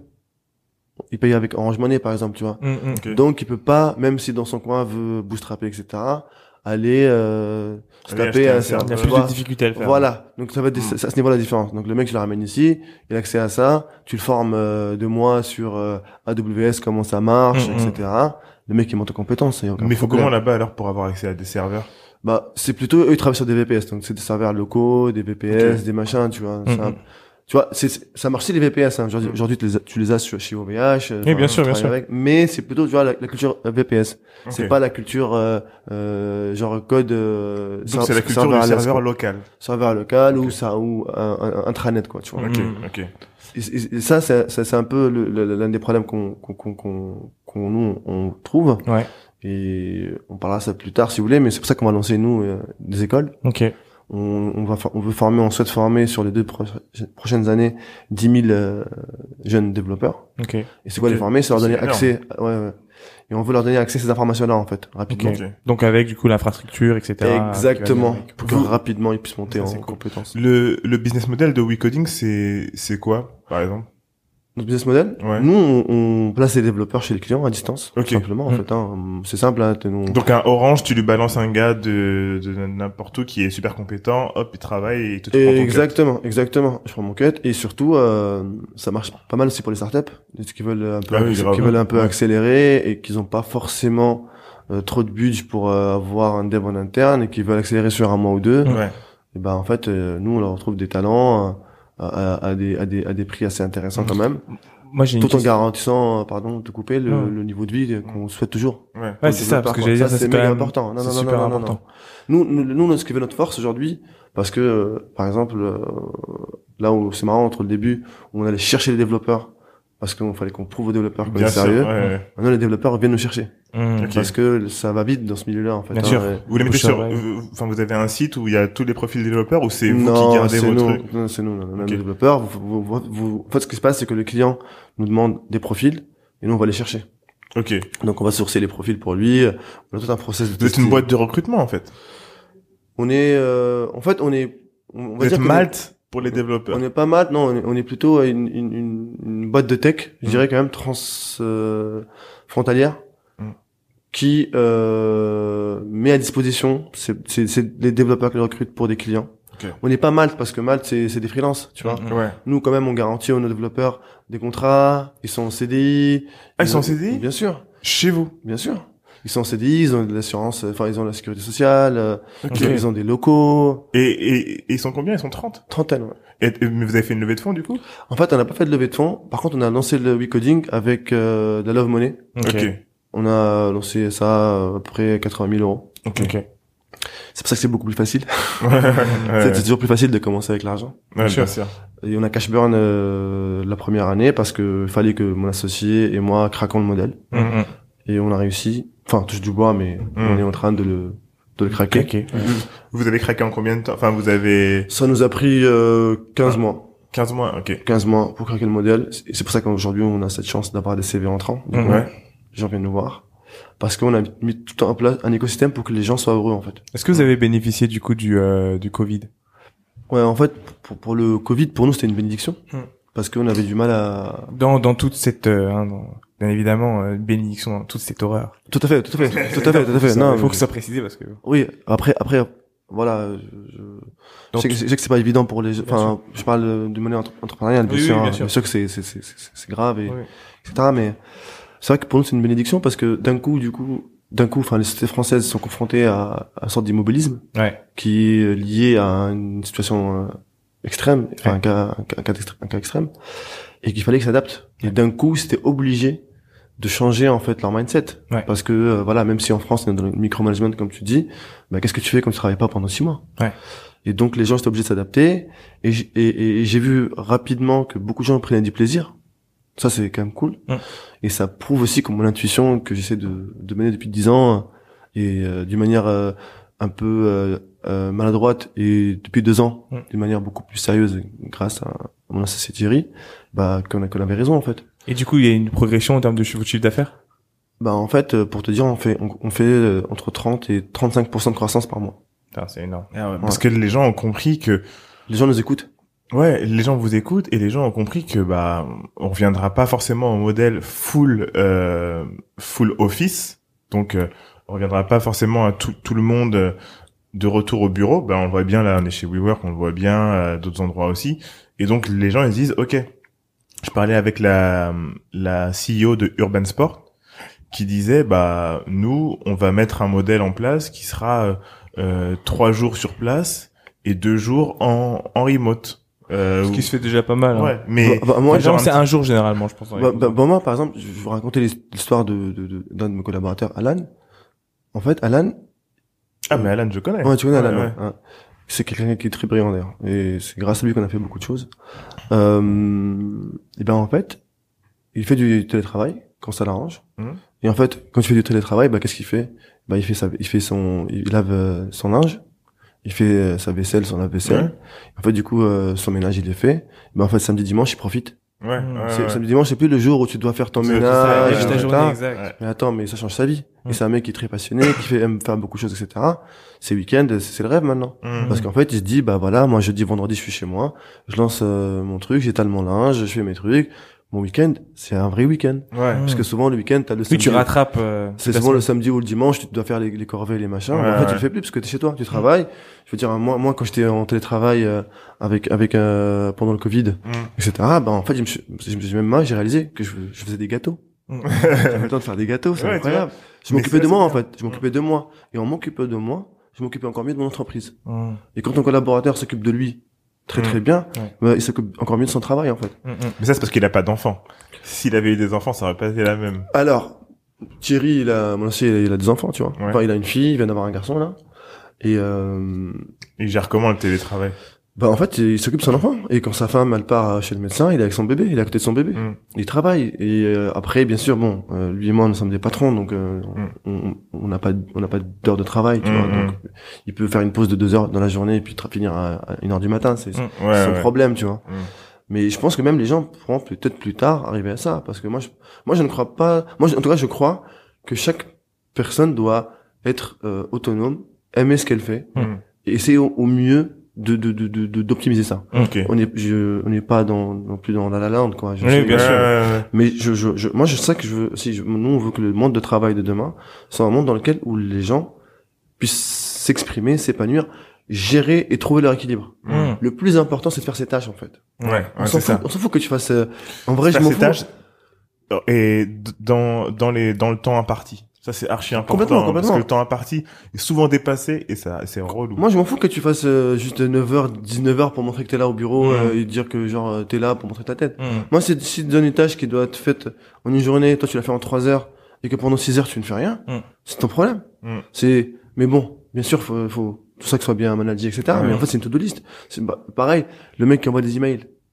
Il paye avec Orange Money, par exemple, tu vois. Mm, mm. Ok. Donc il peut pas, même si dans son coin veut bootstrapper, et cetera, aller euh, se Aller taper acheter un un Il y serveur. a tu plus vois. de difficultés à le faire. Voilà, donc ça va être Mm. c'est à ce niveau la différence. Donc le mec, je le ramène ici, il a accès à ça, tu le formes euh, deux mois sur euh, A W S, comment ça marche, Mm, mm. et cetera. Le mec il monte en compétence, il y a aucun Mais il faut problème. comment là-bas alors pour avoir accès à des serveurs? Bah c'est plutôt eux ils travaillent sur des V P S, donc c'est des serveurs locaux, des V P S, Ok. des machins, tu vois. Mm, C'est un- mm. Tu vois, c'est c'est- ça marche aussi les V P S. Hein. Aujourd'hui, aujourd'hui, tu les as, tu les as sur- chez O V H. euh, Oui, bien enfin, sûr, tu bien travailles sûr. avec, mais c'est plutôt tu vois la, la culture euh, V P S. C'est Ok. pas la culture euh, euh, genre code. Euh, Donc ser- c'est la culture serveur du à l'aise, serveur quoi. local. serveur local Ok. ou ça ou un, un, intranet quoi, tu vois. Ok, Mhm. ok. Et, et- et ça, c'est ça, c'est un peu le- le- l'un des problèmes qu'on qu'on qu'on qu'on qu'on- nous on trouve. Ouais. Et on parlera ça plus tard si vous voulez, mais c'est pour ça qu'on va lancer nous euh, des écoles. Ok. On, on va for- on veut former, on souhaite former sur les deux pro- prochaines années dix mille euh, jeunes développeurs. Ok. Et c'est quoi Ok. les former? C'est leur C'est donner énorme. accès. Ouais, ouais. Et on veut leur donner accès à ces informations-là en fait, rapidement. Ok. Donc avec du coup l'infrastructure, et cetera. Exactement. qui va bien avec. Pour que Vous- rapidement ils puissent monter Ça, en c'est cool. compétences. Le, le business model de WeCoding, c'est, c'est quoi, par exemple? Notre business model, Ouais. nous on, on place les développeurs chez les clients à distance, Ok. tout simplement en Mm. fait. Hein. C'est simple. Hein. Nous, Donc un Orange, tu lui balances un gars de, de n'importe où qui est super compétent, hop, il travaille et tout Et prend ton cut. exactement, exactement. Je prends mon cut et surtout euh, ça marche pas mal aussi pour les startups, ceux qui veulent un peu, Ah oui, grave. qui veulent un peu Ouais. accélérer et qui n'ont pas forcément euh, trop de budget pour euh, avoir un dev en interne et qui veulent accélérer sur un mois ou deux. Ouais. Et ben en fait, euh, nous on leur retrouve des talents euh, à, à, à des à des à des prix assez intéressants quand même, Moi j'ai une tout en question. garantissant, euh, pardon, de te couper le, Ouais. le niveau de vie qu'on souhaite toujours. Ouais. Ouais, c'est ça, parce que j'allais dire ça, c'est c'est quand méga même important. Non, c'est non, non, super non, non, important. non. Nous, nous, nous, ce qui fait notre force aujourd'hui, parce que, euh, par exemple, euh, là où c'est marrant, entre le début, où on allait chercher les développeurs, parce qu'il fallait qu'on prouve aux développeurs qu'on Bien est sûr. sérieux, Ouais, ouais. maintenant les développeurs viennent nous chercher. Mmh. Ok. Parce que ça va vite dans ce milieu-là, en fait. Bien hein, sûr. et- Vous les mettez Bouche à sur, oreille. euh, enfin, vous avez un site où il y a tous les profils des développeurs ou c'est vous qui Non, gardez c'est vos nous. trucs? Non, c'est nous, non, non, Ok. les développeurs. Vous, vous, vous, vous- en fait, ce qui se passe, c'est que le client nous demande des profils, et nous, on va les chercher. Ok. Donc, on va sourcer les profils pour lui. On a tout un process de Vous êtes une testing. boîte de recrutement, en fait. On est, euh, en fait, on est, on va Vous êtes dire que Malte pour les développeurs. on est pas mal, non, on est, on est plutôt une, une, une, une boîte de tech, je Mm. dirais quand même trans euh, frontalière, Mm. qui euh, met à disposition, c'est, c'est, c'est les développeurs qui les recrutent pour des clients. Ok. On n'est pas Malte parce que Malte c'est, c'est des freelances, tu vois. Mm. Ouais. Nous quand même on garantit à nos développeurs des contrats, ils sont en C D I. Ah, ils sont en C D I? Bien sûr, Chez vous. bien sûr. Ils sont en C D I, ils ont de l'assurance, enfin ils ont la sécurité sociale, euh, Ok. ils ont des locaux, Et, et, et ils sont combien? Ils sont trente. trentaine. Ouais. Et, et- mais vous avez fait une levée de fonds, du coup? En fait, on n'a pas fait de levée de fonds. Par contre, on a lancé le WeCoding avec euh, de la Love Money. Ok. On a lancé ça euh, à peu près quatre-vingt mille euros. Ok. Ok. C'est pour ça que c'est beaucoup plus facile. Ouais, ouais, C'est c'est toujours plus facile de commencer avec l'argent. ouais, sûr. bien sûr. Et on a cash burn euh, la première année parce que fallait que mon associé et moi craquons le modèle. Mmh, mmh. Et on a réussi. Enfin, touche du bois, mais Mm. on est en train de le de le craquer. Craquer. Ouais. Vous avez craqué en combien de temps? Enfin, vous avez Ça nous a pris euh, quinze mois. quinze mois, ok. quinze mois pour craquer le modèle. Et c'est pour ça qu'aujourd'hui, on a cette chance d'avoir des C V entrants. Du coup, Mhm. Ouais. les gens viennent nous voir. Parce qu'on a mis tout en place un écosystème pour que les gens soient heureux, en fait. Est-ce que vous avez bénéficié du coup du euh, du Covid? Ouais, en fait, pour, pour le Covid, pour nous, c'était une bénédiction. Hmm. Parce qu'on avait du mal à... Dans dans toute cette euh, hein, dans- bien évidemment euh, bénédiction dans toute cette horreur. Tout à fait, tout à fait, tout à fait, tout à fait. Ça, Non, il faut mais- que ça soit précisé parce que Oui, après, après, voilà, je, je, je Donc, sais, que, je sais que c'est pas évident pour les, Bien enfin, je parle euh, de manière entre- entrepreneuriale, bien Oui, sûr, oui, hein, bien bien sûr. sûr, que c'est, c'est, c'est, c'est, c'est grave et, oui. et cetera. Mais c'est vrai que pour nous, c'est une bénédiction parce que d'un coup, du coup, d'un coup, enfin, les sociétés françaises sont confrontées à, à une sorte d'immobilisme Ouais. qui est lié à une situation euh, extrême, enfin, Ouais. un cas, un cas, un cas extrême, un cas extrême, et qu'il fallait qu'ils s'adaptent. Et d'un coup, c'était obligé de changer en fait leur mindset, Ouais. parce que euh, voilà, même si en France on est dans le micromanagement comme tu dis, bah qu'est-ce que tu fais quand tu travailles pas pendant six mois? Ouais. Et donc les gens étaient obligés de s'adapter, et, j- et, et- et j'ai vu rapidement que beaucoup de gens prenaient du plaisir. Ça c'est quand même cool, Mm. et ça prouve aussi que mon intuition que j'essaie de, de mener depuis dix ans et euh, d'une manière euh, un peu euh, euh, maladroite et depuis deux ans Mm. d'une manière beaucoup plus sérieuse grâce à, à mon associé Thierry, bah qu'on a qu'on avait raison en fait. Et du coup, il y a une progression en termes de chiffre chiffre d'affaires? Bah en fait, euh, pour te dire, on fait on, on fait euh, entre trente et trente-cinq pour cent de croissance par mois. Putain, c'est énorme. Ah ouais, parce que les gens ont compris que Les gens nous écoutent. ouais, les gens vous écoutent et les gens ont compris que bah on reviendra pas forcément au modèle full euh, full office. Donc euh, on reviendra pas forcément à tout tout le monde euh, de retour au bureau. Bah on le voit bien là, on est chez WeWork, on le voit bien à d'autres endroits aussi. Et donc les gens ils se disent OK. Je parlais avec la la C E O de Urban Sport qui disait bah nous on va mettre un modèle en place qui sera euh, euh, trois jours sur place et deux jours en en remote. Euh, Ce qui se fait déjà pas mal. Hein. ouais, mais Bah, bah, moi, Les gens, genre c'est un un jour généralement, je pense. dans les Bah, groupes. bah, bah, moi, par exemple, je vais vous raconter l'his- l'histoire de, de, de- d'un de mes collaborateurs, Alan. En fait, Alan, ah mais Alan je connais. ouais, tu connais Ouais, Alan, ouais. ouais, hein. C'est quelqu'un qui est très brillant d'ailleurs, et c'est grâce à lui qu'on a fait beaucoup de choses. Euh, et ben en fait, il fait du télétravail quand ça l'arrange. Mhm. Et en fait, quand il fait du télétravail, bah qu'est-ce qu'il fait? Bah il fait sa, il fait son, il lave euh, son linge, il fait euh, sa vaisselle, son lave-vaisselle. Ouais. En fait, du coup, euh, son ménage il est fait. Bah en fait, samedi dimanche, il profite. Ouais, ouais, C'est- ouais. Samedi dimanche, c'est plus le jour où tu dois faire ton C'est- c'est ça, ménage, ouais, Juste ouais, ta et cetera. journée, exact. Ouais. Mais attends, mais ça change sa vie. Mm. Et c'est un mec qui est très passionné, qui fait, aime faire beaucoup de choses, et cetera. Ses week-ends, c'est c'est le rêve maintenant. Mm. Parce qu'en fait, il se dit, bah voilà, moi jeudi, vendredi, je suis chez moi, je lance euh, mon truc, j'étale mon linge, je fais mes trucs. Mon week-end, c'est un vrai week-end. Ouais. Parce que souvent, le week-end, t'as le Oui, samedi. tu rattrapes. Euh, C'est ta souvent le semaine. samedi ou le dimanche, tu dois faire les, les corvées, les machins. Ouais, Mais en fait, ouais. tu le fais plus parce que t'es chez toi, tu travailles. Je veux dire, moi, moi, quand j'étais en télétravail euh, avec, avec euh, pendant le Covid, Mm. et cetera. Bah en fait, je me suis, je me suis même moi, j'ai réalisé que je, je faisais des gâteaux. J'avais le temps de faire des gâteaux, c'est Ouais, tu incroyable. Je Mais m'occupais ça, de moi c'est en bien. fait, je m'occupais de moi. Et en m'occupant de moi, je m'occupais encore mieux de mon entreprise. Mm. Et quand ton collaborateur s'occupe de lui très très Mm. bien, Ouais. bah, il s'occupe encore mieux de son travail en fait. Mm, mm. Mais ça c'est parce qu'il a pas d'enfants. S'il avait eu des enfants, ça aurait pas été la même. Alors, Thierry, il a, mon associé, il a, il a des enfants, tu vois. Ouais. Enfin, il a une fille, il vient d'avoir un garçon là. Et euh, Il gère comment le télétravail? bah en fait, il s'occupe de son enfant. Et quand sa femme elle part chez le médecin, il est avec son bébé, il est à côté de son bébé. Mm. Il travaille. Et euh, après, bien sûr, bon, euh, lui et moi, nous sommes des patrons, donc euh, Mm. on on n'a pas on n'a pas d'heure de travail, tu Mm, vois. mm. Donc, il peut faire une pause de deux heures dans la journée et puis tra- finir à, à une heure du matin. C'est Mm. c'est Ouais, son ouais. problème, tu vois. Mm. Mais je pense que même les gens pourront peut-être plus tard arriver à ça, parce que moi, je, moi, je ne crois pas. Moi, je- en tout cas, je crois que chaque personne doit être euh, autonome, aimer ce qu'elle fait, Mm. et essayer au, au mieux de de de de de- d'optimiser ça. Ok. On est je, on n'est pas dans non plus dans la la land quoi. Je Oui, sais- bien Ouais, sûr. ouais, ouais. Mais je, je je moi je sais que je veux si je, nous on veut que le monde de travail de demain soit un monde dans lequel où les gens puissent s'exprimer, s'épanouir, gérer et trouver leur équilibre. Mm. Le plus important c'est de faire ses tâches en fait. Ouais, ouais, On s'en c'est fout, ça. on s'en fout que tu fasses euh, en vrai je Faire m'en ses fous. tâches et d- dans dans les dans le temps imparti. Ça c'est archi important. Complètement, hein, complètement. Parce que le temps imparti est souvent dépassé et ça c'est relou. Moi je m'en fous que tu fasses euh, juste neuf heures, dix-neuf heures pour montrer que t'es là au bureau Mm. euh, et dire que genre euh, t'es là pour montrer ta tête. Mm. Moi, c'est si tu donnes une tâche qui doit être faite en une journée, toi tu l'as fait en trois heures, et que pendant six heures tu ne fais rien, Mm. c'est ton problème. Mm. C'est, mais bon, bien sûr, faut, faut tout ça que soit bien managé, et cetera. Ouais. Mais en fait, c'est une to-do list. C'est bah, pareil, le mec qui envoie des emails.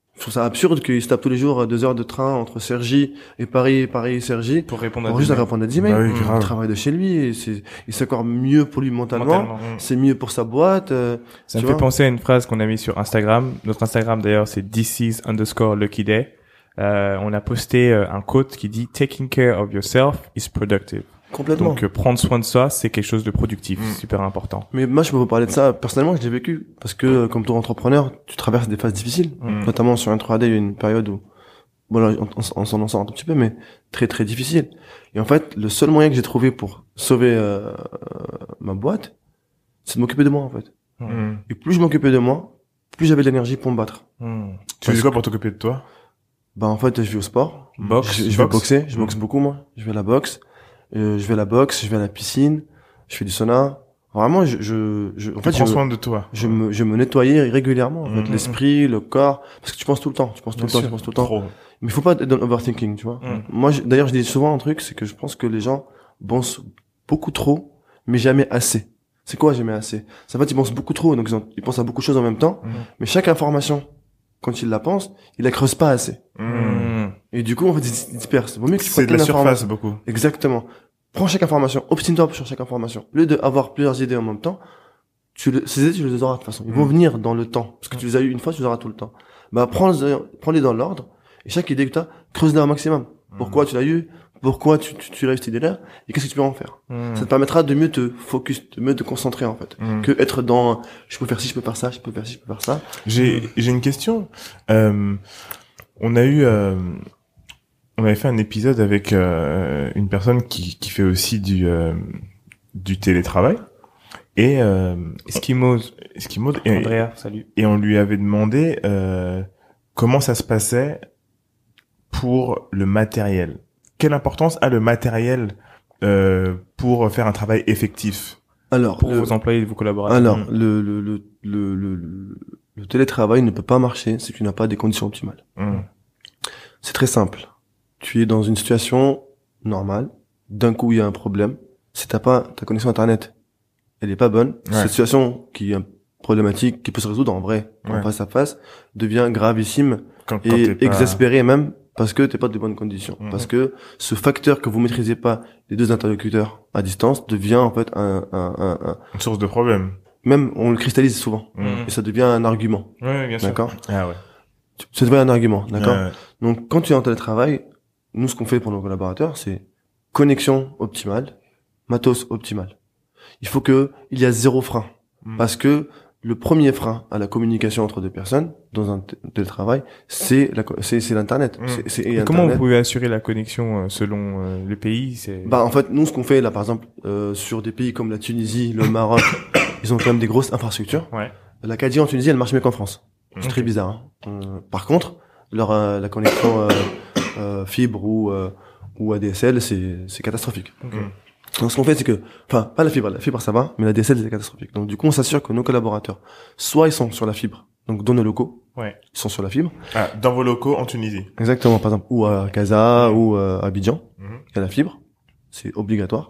Je trouve ça absurde qu'ils se tapent tous les jours deux heures de train entre Cergy et Paris, Paris et Cergy. Pour répondre à Pour des juste à mails. répondre à des emails. Bah oui, Il grave. travaille de chez lui et c'est, et c'est encore mieux pour lui mentalement. Mentalement. C'est mieux pour sa boîte. euh, Ça tu me fait vois. penser à une phrase qu'on a mis sur Instagram. Notre Instagram d'ailleurs c'est this is underscore lucky day. Euh, on a posté euh, un quote qui dit taking care of yourself is productive. Complètement. Donc euh, prendre soin de soi c'est quelque chose de productif, Mm. super important. Mais moi, je peux vous parler de ça. Personnellement, je l'ai vécu. Parce que, euh, comme tout entrepreneur, tu traverses des phases difficiles. Mm. Notamment sur un trois D, il y a eu une période où, bon, là, on, on, on s'en en sort un tout petit peu, mais très, très difficile. Et en fait, le seul moyen que j'ai trouvé pour sauver euh, euh, ma boîte, c'est de m'occuper de moi, en fait. Mm. Et plus je m'occupais de moi, plus j'avais de l'énergie pour me battre. Mm. Tu faisais quoi pour t'occuper de toi? Bah, en fait, je vais au sport. Boxe. Je, je vais boxe. boxer. Je Mm. boxe beaucoup, moi. Je vais à la boxe. Euh, je vais à la boxe. Je vais à la piscine. Je fais du sauna. Vraiment, je, je, je en Tu fait, prends je, soin de toi. je me, je me nettoyais régulièrement, en fait. Mhm. L'esprit, le corps. Parce que tu penses tout le temps. Tu penses tout Bien le temps, sûr. tu penses tout le temps. Trop. Mais il faut pas être dans l'overthinking, tu vois. Mm. Moi, je- d'ailleurs, je dis souvent un truc, c'est que je pense que les gens pensent beaucoup trop, mais jamais assez. C'est quoi jamais assez? C'est en fait, ils pensent beaucoup trop, donc ils, ont- ils pensent à beaucoup de choses en même temps, Mhm. mais chaque information, quand ils la pensent, ils la creusent pas assez. Mm. Mm. Et du coup, en fait, ils, ils dispersent. Vaut mieux que tu C'est prennes de la plein surface d'informations. beaucoup. Exactement. Prends chaque information, obstine-toi sur chaque information. Au lieu d'avoir plusieurs idées en même temps, tu le, ces idées, tu les auras de toute façon. Ils vont Mm. venir dans le temps. Parce que tu les as eu une fois, tu les auras tout le temps. Bah, prends-les, prends-les dans l'ordre. Et chaque idée que tu as, creuse-la au maximum. Pourquoi tu l'as eu? Pourquoi tu, tu, tu as eu cette idée-là? Et qu'est-ce que tu peux en faire? Mm. Ça te permettra de mieux te focus, de mieux te concentrer, en fait. Mm. Que être dans, je peux faire ci, je peux faire ça, je peux faire ci, je peux faire ça. J'ai j'ai une question. Euh, on a eu euh, on avait fait un épisode avec euh, une personne qui qui fait aussi du euh, du télétravail et euh, Eskimos. Eskimo et, Andrea, salut. et on lui avait demandé euh, comment ça se passait pour le matériel. Quelle importance a le matériel euh, pour faire un travail effectif? Alors, Pour le- vos employés et vos collaborateurs. alors, Mm. le, le, le, le, le, le- le télétravail ne peut pas marcher si tu n'as pas des conditions optimales. Mm. C'est très simple. Tu es dans une situation normale. D'un coup, il y a un problème. Si t'as pas ta connexion Internet, elle est pas bonne. Ouais. Cette situation qui est problématique, qui peut se résoudre en vrai, en Ouais. face à face, devient gravissime Quand, quand et t'es pas- exaspérée même parce que t'es pas de bonnes conditions. Mhm. Parce que ce facteur que vous maîtrisez pas, les deux interlocuteurs à distance, devient en fait un, un, un, un- une source de problème. même on le cristallise souvent. Mm. Et ça devient un argument. Ouais, bien sûr. D'accord? Ah ouais. Ça devient un argument. D'accord? Ouais, ouais. Donc, quand tu es en télétravail, nous, ce qu'on fait pour nos collaborateurs, c'est connexion optimale, matos optimal. Il faut que il y a zéro frein. Mm. Parce que le premier frein à la communication entre deux personnes dans un t- télétravail, c'est la, co- c'est, c'est l'internet. Mm. C'est, c'est- et Et comment Internet- vous pouvez assurer la connexion euh, selon euh, le pays? C'est Bah, en fait, nous, ce qu'on fait, là, par exemple, euh, sur des pays comme la Tunisie, le Maroc, ils ont quand même des grosses infrastructures. ouais. L'Acadie en Tunisie, elle marche mieux qu'en France. C'est Ok. très bizarre. Hein. Euh, par contre, leur euh, la connexion euh, euh, fibre ou euh, ou A D S L, c'est c'est catastrophique. Ok. Mm. Donc ce qu'on fait, c'est que, enfin, pas la fibre, la fibre ça va, mais la A D S L c'est catastrophique. Donc du coup, on s'assure que nos collaborateurs, soit ils sont sur la fibre, donc dans nos locaux, Ouais. ils sont sur la fibre, Ah, dans vos locaux en Tunisie. exactement, par exemple, ou à Casa ou euh, à Abidjan, Mhm. il y a la fibre, c'est obligatoire.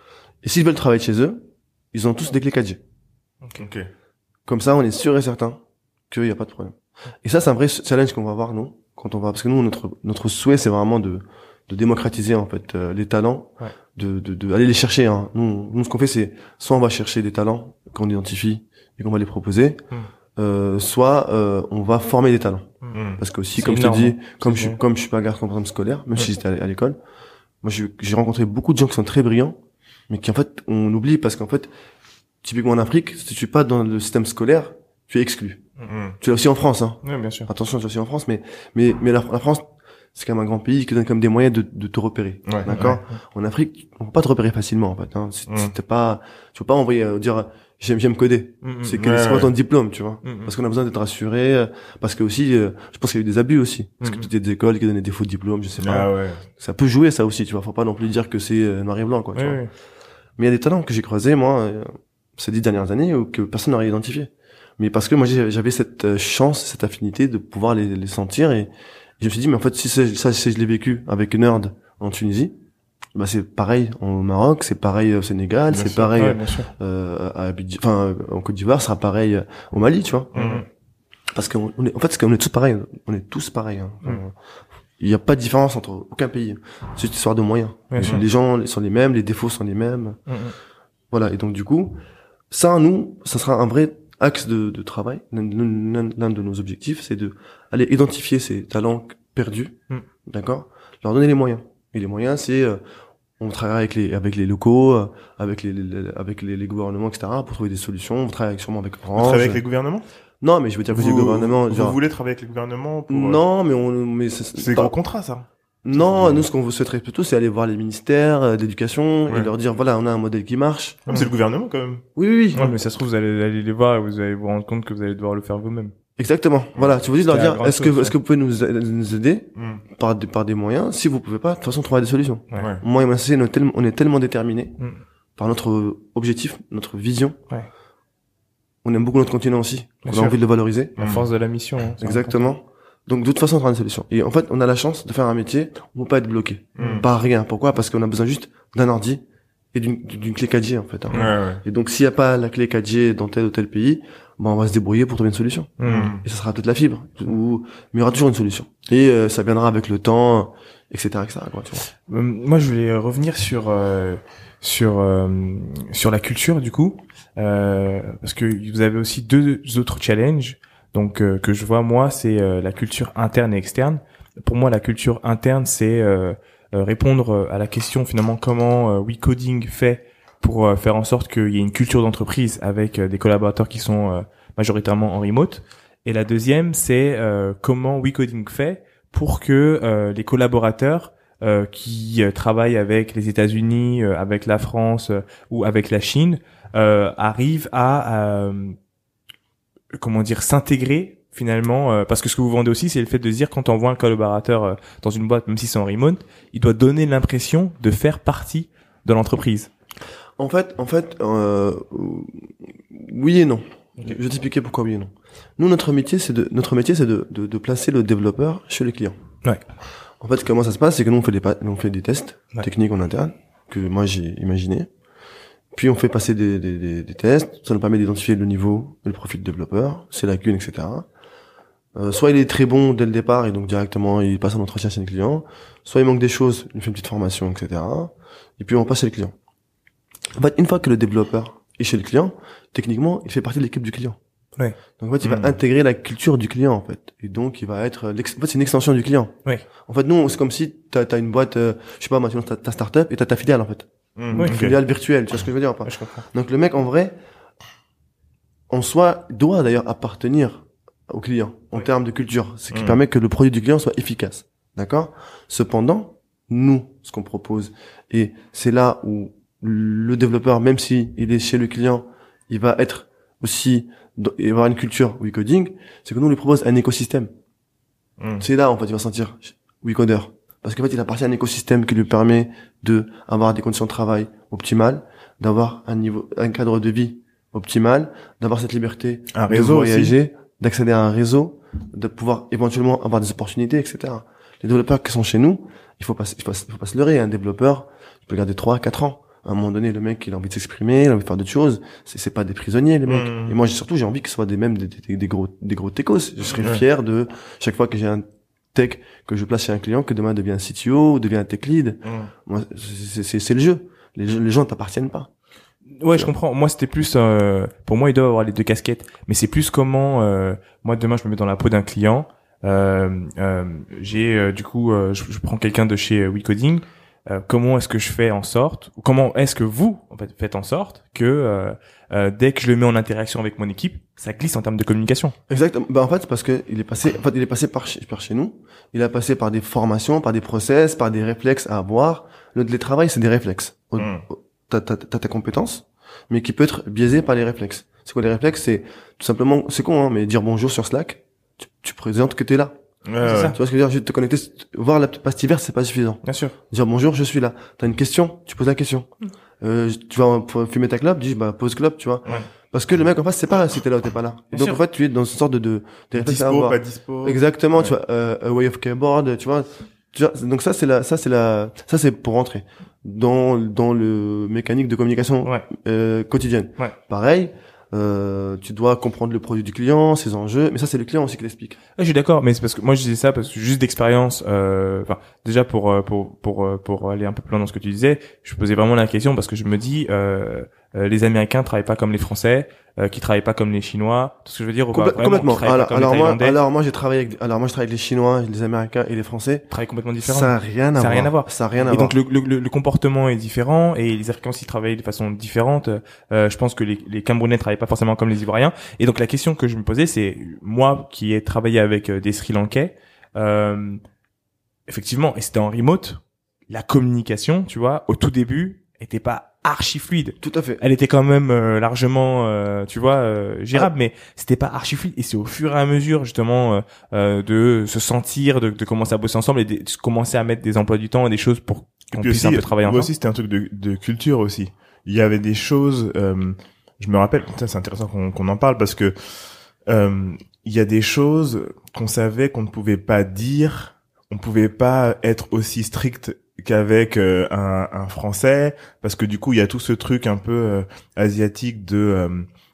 Et s'ils veulent travailler chez eux, ils ont tous des clés quatre G. Ok. Comme ça, on est sûr et certain qu'il n'y a pas de problème. Et ça, c'est un vrai challenge qu'on va avoir, nous, quand on va, parce que nous, notre, notre souhait, c'est vraiment de, de démocratiser, en fait, euh, les talents, Ouais. de, de, de aller les chercher, hein. Nous, nous, ce qu'on fait, c'est, soit on va chercher des talents qu'on identifie et qu'on va les proposer, Mm. euh, soit, euh, on va former des talents. Mm. Parce que aussi, C'est comme je énorme, te dis, hein. comme C'est je suis, bien. comme je suis pas garçon, par exemple, scolaire, même si j'étais à, à l'école, moi, j'ai j'ai rencontré beaucoup de gens qui sont très brillants, mais qui, en fait, on oublie parce qu'en fait, typiquement en Afrique, si tu es pas dans le système scolaire, tu es exclu. Mm. Tu l'as aussi en France, hein. Ouais, bien sûr. Attention, tu l'as aussi en France, mais, mais, mais la, la France, c'est quand même un grand pays qui donne quand même des moyens de, de te repérer. Ouais. D'accord? En Afrique, on peut pas te repérer facilement, en fait, hein. Si, Mm. si t'es pas, tu peux pas envoyer, euh, dire, j'aime, j'aime coder. Mm, mm. C'est que Ouais, c'est pas ouais. ton diplôme, tu vois. Mm, mm. Parce qu'on a besoin d'être rassuré, euh, parce que aussi, euh, je pense qu'il y a eu des abus aussi. Parce Mm, que mm. toutes les écoles qui donnent des faux diplômes, je sais pas. Ah ouais. Ça peut jouer, ça aussi, tu vois. Faut pas non plus dire que c'est euh, noir et blanc, quoi, tu Ouais, vois. ouais. Mais il y a des talents que j'ai croisés, moi, euh, ces dix dernières années, ou que personne n'aurait identifié. Mais parce que moi, j'ai- j'avais cette euh, chance, cette affinité de pouvoir les, les sentir, et, et je me suis dit, mais en fait, si c'est- ça, si je l'ai vécu avec Nerd en Tunisie, bah c'est pareil au Maroc, c'est pareil au Sénégal, Bien c'est sûr. pareil Ouais, bien sûr. euh, à Abidjan, enfin euh, en Côte d'Ivoire, ça sera pareil euh, au Mali, tu vois. Mm. Parce Parce qu'on on est, en fait, c'est qu'on est tous pareils. On est tous pareils. Hein. Mm. Euh, Il n'y a pas de différence entre aucun pays. C'est une histoire de moyens. Bien sûr. Les gens sont les mêmes, les défauts sont les mêmes. Mm, mm. Voilà. Et donc, du coup, ça, nous, ça sera un vrai axe de, de travail. L'un, l'un- l'un de nos objectifs, c'est de aller identifier ces talents perdus. Mm. D'accord? Leur donner les moyens. Et les moyens, c'est, euh, on travaillera avec les, avec les locaux, euh, avec les, les- avec les, les gouvernements, et cetera, pour trouver des solutions. On travaille avec- sûrement avec Vous Orange. travaillez avec les gouvernements? Non, mais je veux dire que les Vous, gouvernements, vous genre, voulez travailler avec les gouvernements pour... euh, non, mais on, mais c'est, C'est pas- gros contrat, ça. non, C'est- nous, ce qu'on vous souhaiterait plutôt, c'est aller voir les ministères euh, d'éducation Ouais. et leur dire, voilà, on a un modèle qui marche. Ah, mais c'est le gouvernement, quand même. Oui, oui, oui. Ouais, mais ça se trouve, vous allez aller les voir et vous allez vous rendre compte que vous allez devoir le faire vous-même. Exactement. Voilà. Tu veux juste leur C'était la dire, grande est-ce que, chose, est-ce que vous pouvez nous, a- nous aider Hmm. par des, par des moyens? Si vous pouvez pas, de toute façon, trouver des solutions. Ouais. Ouais. Moi et ma associé, on est tellement, on est tellement déterminés Mm. par notre objectif, notre vision. Ouais. On aime beaucoup notre continent aussi. Bien On sûr. a envie de le valoriser. La Mm. force de la mission. hein, c'est Exactement. Donc, de toute façon, on trouvera des solutions. Et en fait, on a la chance de faire un métier où on peut pas être bloqué. Mm. Par rien. Pourquoi? Parce qu'on a besoin juste d'un ordi et d'une, d'une clé quatre G, en fait. hein. Ouais, ouais. Et donc, s'il n'y a pas la clé quatre G dans tel ou tel pays, ben, on va se débrouiller pour trouver une solution. important. Mm. Et ça sera peut-être la fibre. Ou, mais il y aura toujours une solution. Et euh, ça viendra avec le temps, et cetera, et cetera, quoi, tu vois. Euh, Moi, je voulais revenir sur euh, sur euh, sur la culture du coup, euh, parce que vous avez aussi deux autres challenges. Donc euh, que je vois moi, c'est euh, la culture interne et externe. Pour moi, la culture interne, c'est euh, euh, répondre à la question finalement comment euh, WeCoding fait pour euh, faire en sorte qu'il y ait une culture d'entreprise avec euh, des collaborateurs qui sont euh, majoritairement en remote. Et la deuxième, c'est euh, comment WeCoding fait pour que euh, les collaborateurs euh, qui euh, travaillent avec les États-Unis, euh, avec la France euh, ou avec la Chine euh, arrivent à euh, comment dire s'intégrer finalement euh, parce que ce que vous vendez aussi, c'est le fait de se dire quand on voit un collaborateur euh, dans une boîte, même si c'est en remote, il doit donner l'impression de faire partie de l'entreprise. En fait, en fait, euh, oui et non. Ok. Je vais t'expliquer pourquoi oui et non. Nous, notre métier, c'est de, notre métier, c'est de, de, de placer le développeur chez le client. Ouais. En fait, comment ça se passe, c'est que nous, on fait des, pa- on fait des tests Ouais. techniques en interne, que moi, j'ai imaginé. Puis, on fait passer des, des, des, des tests. Ça nous permet d'identifier le niveau, le profil de développeur, ses lacunes, et cetera. Euh, soit il est très bon dès le départ, et donc directement, il passe un entretien chez le client. Soit il manque des choses, il fait une petite formation, et cetera. Et puis, on passe chez le client. En fait, une fois que le développeur est chez le client, techniquement, il fait partie de l'équipe du client. Ouais. Donc en fait, il Hmm. va intégrer la culture du client en fait, et donc il va être, l'ex- en fait, c'est une extension du client. Ouais. En fait, nous, c'est comme si t'as as une boîte, euh, je sais pas, maintenant t'as ta startup et t'as ta filiale en fait, Hmm. Ouais. une Ok. filiale virtuelle. Tu vois ce que je veux dire ou pas? Ouais, je comprends. Donc le mec, en vrai, en soi, doit d'ailleurs appartenir au client en Oui. termes de culture, ce qui Hmm. permet que le produit du client soit efficace. D'accord? Cependant, nous, ce qu'on propose, et c'est là où le développeur, même si il est chez le client, il va être aussi, il va avoir une culture WeCoding, c'est que nous, on lui propose un écosystème. Hmm. C'est là, en fait, il va sentir WeCoder. Parce qu'en fait, il appartient à un écosystème qui lui permet de avoir des conditions de travail optimales, d'avoir un niveau, un cadre de vie optimal, d'avoir cette liberté Un de réseau aussi. voyager, d'accéder à un réseau, de pouvoir éventuellement avoir des opportunités, et cetera. Les développeurs qui sont chez nous, il faut pas, il faut, il faut pas se leurrer. Un développeur, il peut garder trois, quatre ans. À un moment donné, le mec, il a envie de s'exprimer, il a envie de faire d'autres choses. C'est, c'est pas des prisonniers, les mecs. Mmh. Et moi, j'ai surtout, j'ai envie que ce soit des mêmes, des, des, des gros, des gros techos. Je serais Ouais. fier de, chaque fois que j'ai un tech que je place chez un client, que demain devient un C T O, ou devient un tech lead. Hmm. Moi, c'est, c'est, c'est le jeu. Les, les gens t'appartiennent pas. Ouais, je comprends. Moi, c'était plus, euh, pour moi, il doit avoir les deux casquettes. Mais c'est plus comment, euh, moi, demain, je me mets dans la peau d'un client. Euh, euh, j'ai, euh, du coup, euh, je, je prends quelqu'un de chez euh, WeCoding. Euh, comment est-ce que je fais en sorte, ou comment est-ce que vous, en fait, faites en sorte que euh, euh, dès que je le mets en interaction avec mon équipe, ça glisse en termes de communication. Exactement. Bah, en fait, c'est parce que il est passé, en fait, il est passé par chez, par chez nous. Il a passé par des formations, par des process, par des réflexes à avoir. Le télétravail, c'est des réflexes. Au- Hmm. au- T'as, t'as, t'as ta compétence, mais qui peut être biaisée par les réflexes. C'est quoi les réflexes? C'est tout simplement, c'est con, hein, mais dire bonjour sur Slack, tu, tu présentes que t'es là. Ouais, C'est ouais. ça. Tu vois ce que je veux dire? Juste te connecter, voir la pastille verte, c'est pas suffisant. Bien sûr. Dire bonjour, je suis là. T'as une question, tu poses la question. Euh, tu vas pour fumer ta clope, dis bah pose clope, tu vois. Ouais. Parce que le mec en face, c'est pas si t'es là ou t'es pas là. Et Bien donc sûr. en fait, tu es dans une sorte de de, de réflexe à Dispo, avoir. pas dispo. Exactement, Ouais. tu vois, euh, a way of keyboard, tu vois. Tu vois, donc ça c'est la, ça c'est la, ça c'est pour rentrer dans dans le mécanique de communication Ouais. euh, quotidienne. Ouais. Pareil, Euh, tu dois comprendre le produit du client, ses enjeux. Mais ça, c'est le client aussi qui l'explique. Ouais, je suis d'accord, mais c'est parce que moi je disais ça parce que juste d'expérience. euh, Enfin, déjà pour euh, pour pour euh, pour aller un peu plus loin dans ce que tu disais, je posais vraiment la question parce que je me dis, euh, euh, les Américains travaillent pas comme les Français, euh, qui travaillent pas comme les Chinois. Tout ce que je veux dire, ou pas, Complè- vraiment, complètement. qui travaillent Alors, pas comme alors les moi, Thaïlandais, alors moi, j'ai travaillé avec, alors moi, je travaille avec les Chinois, les Américains et les Français. travaillent complètement différents. Ça n'a rien à Ça a voir. rien à voir. Ça a rien à Et voir. donc le, le, le, le comportement est différent et les Africains aussi travaillent de façon différente. Euh, je pense que les, les Camerounais travaillent pas forcément comme les Ivoiriens. Et donc la question que je me posais, c'est moi qui ai travaillé avec euh, des Sri Lankais, euh, effectivement, et c'était en remote, la communication, tu vois, au tout début, était pas archi fluide. Tout à fait. Elle était quand même euh, largement, euh, tu vois, euh, gérable, mais c'était pas archi fluide. Et c'est au fur et à mesure, justement, euh, euh, de se sentir, de, de commencer à bosser ensemble et de, de commencer à mettre des emplois du temps et des choses pour qu'on puis puisse aussi, un peu travailler moi ensemble. aussi, c'était un truc de, de culture aussi. Il y avait des choses, euh, je me rappelle, putain, c'est intéressant qu'on, qu'on en parle parce que euh, il y a des choses qu'on savait qu'on ne pouvait pas dire, on pouvait pas être aussi strict qu'avec euh, un, un Français, parce que du coup, il y a tout ce truc un peu euh, asiatique de euh,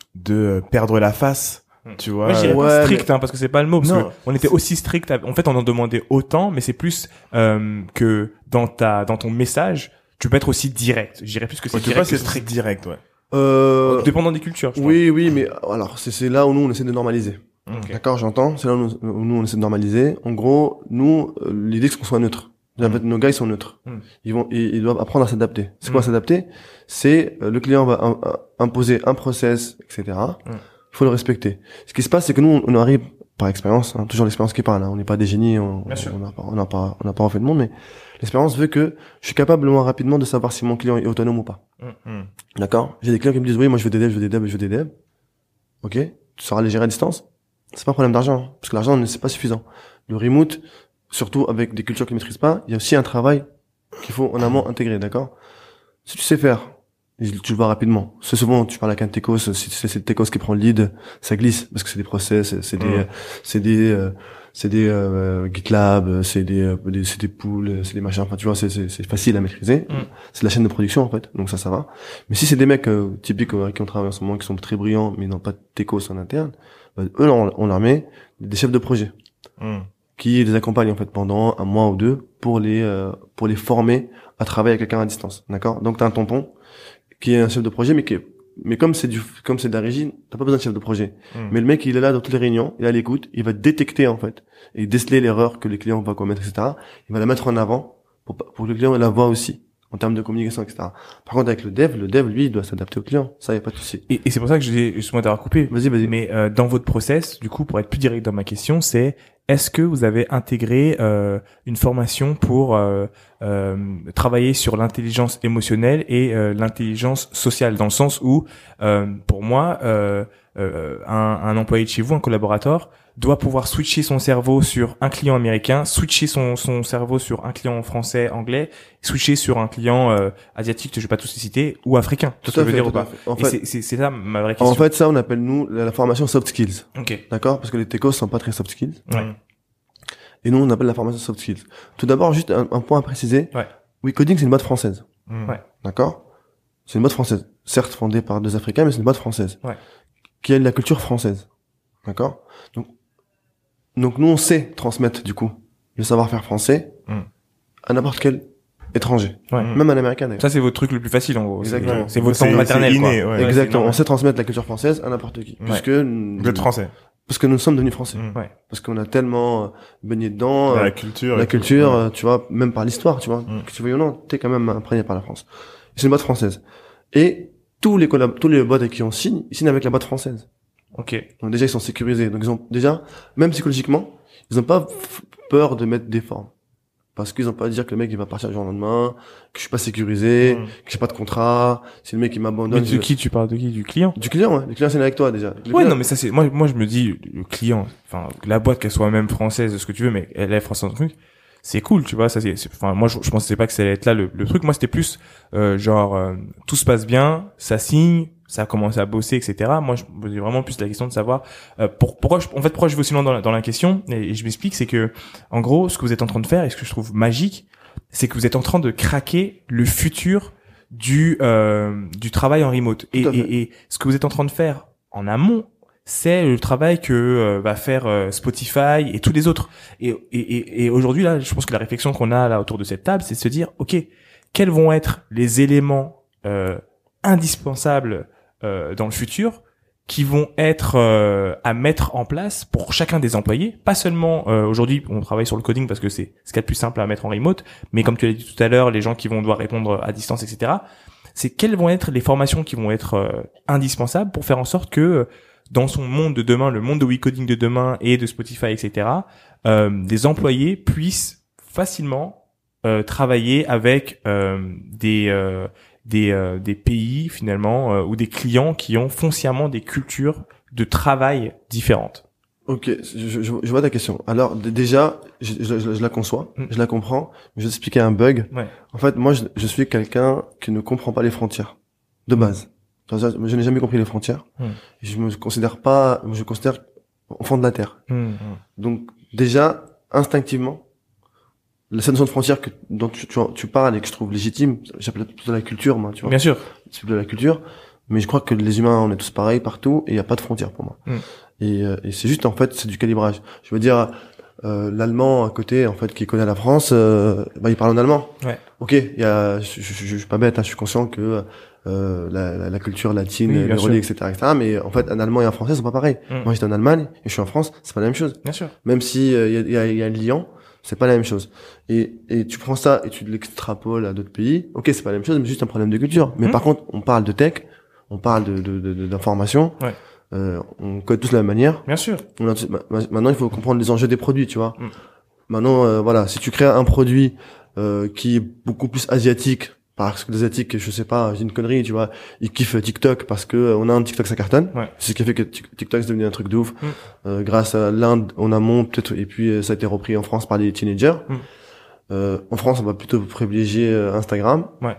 de perdre la face, tu vois. Moi, je dirais Ouais, pas strict, mais- hein, parce que c'est pas le mot, parce Non. que on était aussi strict. à- En fait, on en demandait autant, mais c'est plus euh, que dans ta, dans ton message, tu peux être aussi direct. Je dirais plus que c'est Ouais, tu vois, direct c'est que strict. direct, ouais. Euh, Dépendant des cultures, je oui, oui, mais alors, c'est, c'est là où nous, on essaie de normaliser. pense. Ok. D'accord, j'entends. C'est là où nous, où nous, on essaie de normaliser. En gros, nous, euh, l'idée, c'est qu'on soit neutre. En fait, nos gars, ils sont neutres. Mm. Ils vont, ils, ils doivent apprendre à s'adapter. C'est quoi Mm. s'adapter? C'est, euh, le client va im- im- imposer un process, et cetera. Mm. Il faut le respecter. Ce qui se passe, c'est que nous, on arrive par expérience, hein, toujours l'expérience qui parle, hein. On n'est pas des génies, on Bien sûr. on n'a pas, on n'a pas, on n'a pas refait le monde, mais l'expérience veut que je suis capable, moi, rapidement, de savoir si mon client est autonome ou pas. Mm. D'accord? J'ai des clients qui me disent, oui, moi, je veux des devs, je veux des devs, je veux des devs. Ok? Tu sauras les gérer à distance? C'est pas un problème d'argent, hein, parce que l'argent, c'est pas suffisant. Le remote, surtout avec des cultures qu'ils maîtrisent pas, il y a aussi un travail qu'il faut en amont intégrer, d'accord? Si tu sais faire, et tu le vois rapidement. C'est souvent, tu parles avec un techos, si c'est c'est le techos qui prend le lead, ça glisse, parce que c'est des process, c'est des, Mm. c'est des, euh, c'est des, euh, GitLab, c'est des, euh, des, c'est des pools, c'est des machins, enfin, tu vois, c'est, c'est, c'est facile à maîtriser. Mm. C'est la chaîne de production, en fait. Donc ça, ça va. Mais si c'est des mecs, euh, typiques, euh, avec qui on travaille en ce moment, qui sont très brillants, mais n'ont pas de techos en interne, bah, eux, on, on leur met des chefs de projet Mm. qui les accompagnent en fait pendant un mois ou deux pour les euh, pour les former à travailler avec quelqu'un à distance, d'accord? Donc t'as un tampon qui est un chef de projet, mais qui est, mais comme c'est du comme c'est de la régie, t'as pas besoin de chef de projet. Mm. Mais le mec il est là dans toutes les réunions, il est à l'écoute, il va détecter en fait et déceler l'erreur que les clients vont commettre, et cetera. Il va la mettre en avant pour pas- pour que le client la voit aussi en termes de communication, et cetera. Par contre avec le dev, le dev lui il doit s'adapter au client, ça y a pas de souci. Et, et c'est pour ça que j'ai, excuse-moi d'avoir coupé. Vas-y, vas-y. Mais euh, dans votre process, du coup, pour être plus direct dans ma question, c'est est-ce que vous avez intégré euh, une formation pour euh, euh, travailler sur l'intelligence émotionnelle et euh, l'intelligence sociale, dans le sens où, euh, pour moi, euh, euh, un, un employé de chez vous, un collaborateur, doit pouvoir switcher son cerveau sur un client américain, switcher son, son cerveau sur un client français, anglais, switcher sur un client euh, asiatique, je vais pas tous les citer, ou africain, tout ce que je veux dire ou tout à pas. fait. En Et fait, c'est, c'est, c'est ça ma vraie question. en fait ça on appelle nous la la formation soft skills. Ok. D'accord? Parce que les techos sont pas très soft skills. Ouais. Et nous, on appelle la formation soft skills. Tout d'abord, juste un, un point à préciser. Ouais. WeCoding, c'est une boîte française. Mm. Ouais. D'accord? C'est une boîte française. Certes fondée par deux Africains, mais c'est une boîte française. Ouais. Qui a de la culture française. D'accord? Donc, donc nous, on sait transmettre, du coup, le savoir-faire français Mm. à n'importe quel étranger. Ouais. Même un américain, d'ailleurs. Ça, c'est votre truc le plus facile, en gros. C'est- Exactement. C'est votre C'est- langue maternelle, c'est quoi. inné, ouais. Exactement. c'est On sait transmettre la culture française à n'importe qui. Ouais. Puisque, Vous êtes français. parce que nous sommes devenus français. Mm. Ouais. Parce qu'on a tellement euh, baigné dedans. Dans euh, la culture. la et tout. culture, Ouais. euh, tu vois, même par l'histoire, tu vois, Mm. que tu veuilles ou non, t'es quand même imprégné par la France. C'est une boîte française. Et tous les collab tous les boîtes avec qui on signe, ils signent avec la boîte française. Ok. Donc déjà, ils sont sécurisés. Donc ils ont, déjà, même psychologiquement, ils ont pas f- peur de mettre des formes. Parce qu'ils ont pas à dire que le mec, il va partir le jour au lendemain, que je suis pas sécurisé, Mm. que j'ai pas de contrat, si le mec, il Mais m'abandonne. de je- qui tu parles de qui? Du client? Du client, ouais. Le client, c'est avec toi, déjà. Le Ouais, client- non, mais ça, c'est, moi, moi, je me dis, le client, enfin, la boîte, qu'elle soit même française, ce que tu veux, mais elle est française, truc, c'est cool, tu vois, ça, c'est, c'est- enfin, moi, je, je pensais pas que ça allait être là, le, le truc. Moi, c'était plus, euh, genre, euh, tout se passe bien, ça signe, ça a commencé à bosser, et cetera. Moi, je me posais vraiment plus la question de savoir, euh, pour, pourquoi je, en fait, pourquoi je vais aussi loin dans la, dans la question, et, et je m'explique, c'est que, en gros, ce que vous êtes en train de faire, et ce que je trouve magique, c'est que vous êtes en train de craquer le futur du, euh, du travail en remote. Et, Tout à fait. et, et ce que vous êtes en train de faire, en amont, c'est le travail que euh, va faire euh, Spotify et tous les autres. Et, et, et, et aujourd'hui, là, je pense que la réflexion qu'on a là autour de cette table, c'est de se dire, ok, quels vont être les éléments euh, indispensables euh, dans le futur qui vont être euh, à mettre en place pour chacun des employés. Pas seulement, euh, aujourd'hui, on travaille sur le coding parce que c'est ce qu'il y a de plus simple à mettre en remote, mais comme tu l'as dit tout à l'heure, les gens qui vont devoir répondre à distance, et cetera. C'est quelles vont être les formations qui vont être euh, indispensables pour faire en sorte que dans son monde de demain, le monde de WeCoding de demain et de Spotify, et cetera, euh, des employés puissent facilement euh, travailler avec euh, des euh, des euh, des pays finalement euh, ou des clients qui ont foncièrement des cultures de travail différentes. Ok, je, je, je vois ta question. Alors d- déjà, je, je, je, je la conçois, Mm. je la comprends. Mais je vais t'expliquer un bug. Ouais. En fait, moi, je, je suis quelqu'un qui ne comprend pas les frontières de base. Je, je n'ai jamais compris les frontières. Mm. Et je me considère pas, je me considère enfant de la terre. Mmh. Donc déjà, instinctivement, la cette notion de frontière que dont tu, tu, tu parles et que je trouve légitime, j'appelle plutôt la culture, moi, tu vois. Bien sûr. C'est plutôt la culture. Mais je crois que les humains, on est tous pareils partout et il n'y a pas de frontières pour moi. Mm. Et, euh, et c'est juste, en fait, c'est du calibrage. Je veux dire, euh, l'allemand à côté, en fait, qui connaît la France, euh, bah, il parle en allemand. Ouais. Ok, il y a, je, je, je, je suis pas bête, hein, je suis conscient que euh, la, la, la culture latine, Oui, les bien reliques, sûr. et cetera, et cetera. Mais en fait, un allemand et un français sont pas pareils. Mm. Moi, j'étais en Allemagne et je suis en France, c'est pas la même chose. Bien sûr. Même si il euh, y, a, y, a, y a le lien, c'est pas la même chose. Et, et tu prends ça et tu l'extrapoles à d'autres pays. Ok, c'est pas la même chose, mais juste un problème de culture. Mais Mm. par contre, on parle de tech, on parle de, de, de, de- d'information. Ouais. Euh, on code tous de la même manière. Bien sûr. On a- ma- ma- maintenant, il faut comprendre les enjeux des produits, tu vois. Mm. Maintenant, euh, voilà, si tu crées un produit euh, qui est beaucoup plus asiatique, parce que les asiatiques, je sais pas, j'ai une connerie, tu vois, ils kiffent TikTok parce que euh, on a un TikTok, ça cartonne. Ouais. C'est ce qui a fait que Tik- TikTok est devenu un truc de ouf. Mm. Euh, grâce à l'Inde, en amont, peut-être, et puis euh, ça a été repris en France par les teenagers. Mm. Euh, en France, on va plutôt privilégier euh, Instagram. Ouais.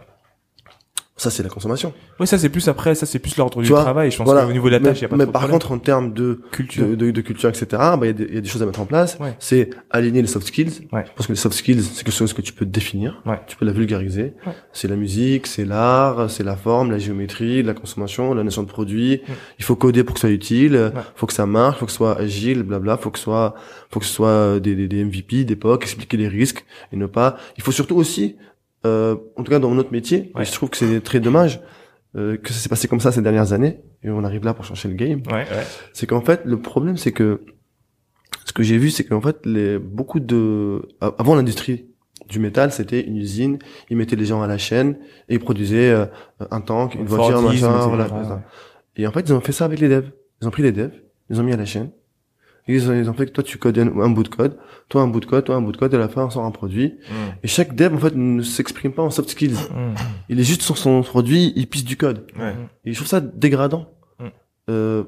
Ça, c'est la consommation. Oui, ça c'est plus après, ça c'est plus l'ordre du Tu vois, travail. Je pense voilà. qu'au niveau de la mais, tâche, il y a pas mais trop de par problème. contre, en termes de Culture. de, de, de culture, et cetera, bah, il y, a des- il y a des choses à mettre en place. Ouais. C'est aligner les soft skills. Ouais. Parce que les soft skills, c'est quelque chose que tu peux définir. Ouais. Tu peux la vulgariser. Ouais. C'est la musique, c'est l'art, c'est la forme, la géométrie, la consommation, la notion de produit. Ouais. Il faut coder pour que ce soit utile. Ouais. Faut que ça marche, faut que ce soit agile, blabla. Faut que ce soit, faut que ce soit des, des, des M V P, des P O C, expliquer les risques et ne pas. Il faut surtout aussi, euh, en tout cas dans notre métier, Ouais. et je trouve que c'est très dommage. Euh, que ça s'est passé comme ça ces dernières années, et on arrive là pour changer le game, Ouais, ouais. c'est qu'en fait, le problème, c'est que, ce que j'ai vu, c'est qu'en fait, les, beaucoup de, a- avant l'industrie du métal, c'était une usine, ils mettaient les gens à la chaîne, et ils produisaient euh, un tank, une voiture, Fordisme, machin, et cetera, voilà. ouais. ça. Et en fait, ils ont fait ça avec les devs. Ils ont pris les devs, ils ont mis à la chaîne, et ils ont, ils ont fait que toi, tu codes un, un bout de code, toi un bout de code, toi un bout de code, et à la fin, on sort un produit. Mm. Et chaque dev, en fait, ne s'exprime pas en soft skills. Mm. Il est juste sur son produit, il pisse du code. Ouais. Et je trouve ça dégradant. Mm. Euh,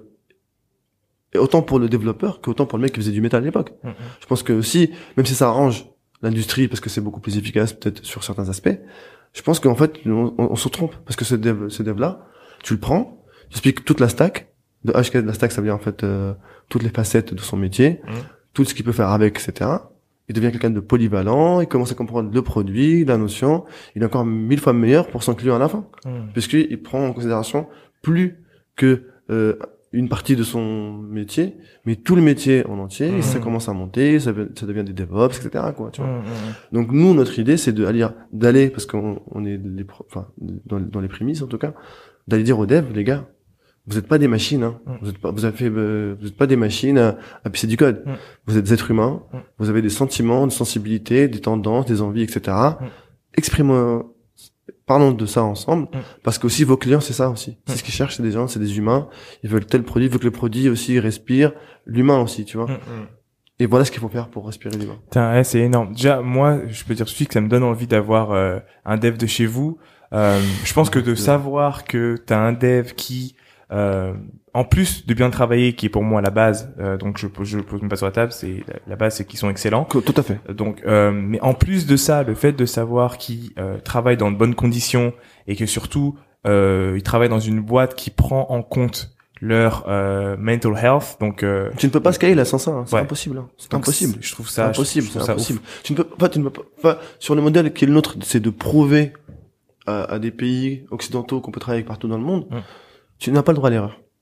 et autant pour le développeur qu'autant pour le mec qui faisait du métal à l'époque. Mm. Je pense que aussi, même si ça arrange l'industrie parce que c'est beaucoup plus efficace peut-être sur certains aspects, je pense qu'en fait, on, on, on se trompe. Parce que ce dev, ce dev-là, tu le prends, tu expliques toute la stack. De H K, la stack, ça veut dire en fait euh, toutes les facettes de son métier, Mm. tout ce qu'il peut faire avec, et cetera. Il devient quelqu'un de polyvalent, il commence à comprendre le produit, la notion. Il est encore mille fois meilleur pour son client à la fin. Mm. Puisqu'il prend en considération plus que euh, une partie de son métier, mais tout le métier en entier, Mhm. et ça commence à monter, ça, ça devient des DevOps, et cetera, quoi, tu vois. Mm. Mm. Donc nous, notre idée, c'est de aller, d'aller, parce qu'on on est les, pro- enfin, dans, dans les prémices en tout cas, d'aller dire aux devs, les gars, vous n'êtes pas des machines, hein. Mm. Vous êtes pas, vous avez fait, euh, vous êtes pas des machines à, à pisser du code. Mm. Vous êtes des êtres humains. Mm. Vous avez des sentiments, des sensibilités, des tendances, des envies, et cetera. Mm. Exprimons, parlons de ça ensemble, Mm. parce que aussi vos clients, c'est ça aussi. C'est Mm. ce qu'ils cherchent, c'est des gens, c'est des humains. Ils veulent tel produit, ils veulent que le produit aussi respire l'humain aussi, tu vois. Mm. Et voilà ce qu'il faut faire pour respirer l'humain. Putain, ouais, c'est énorme. Déjà, moi, je peux dire tout de suite que ça me donne envie d'avoir euh, un dev de chez vous. Euh, je pense que de savoir que t'as un dev qui, euh, en plus de bien travailler, qui est pour moi la base, euh, donc je je pose même pas sur la table, c'est la, la base, c'est qu'ils sont excellents. Co- Tout à fait. Donc, euh, mais en plus de ça, le fait de savoir qu'ils euh, travaillent dans de bonnes conditions et que surtout euh, ils travaillent dans une boîte qui prend en compte leur euh, mental health, donc euh, Tu ne peux pas scaler là sans ça, hein. C'est Ouais. impossible. hein. C'est donc impossible. Je trouve C'est ça impossible, je trouve c'est ça impossible. ouf. Tu ne peux pas, tu ne peux pas, pas- sur le modèle qui est le nôtre, c'est de prouver à, à des pays occidentaux qu'on peut travailler avec partout dans le monde. Mm. Tu n'as pas le droit à l'erreur.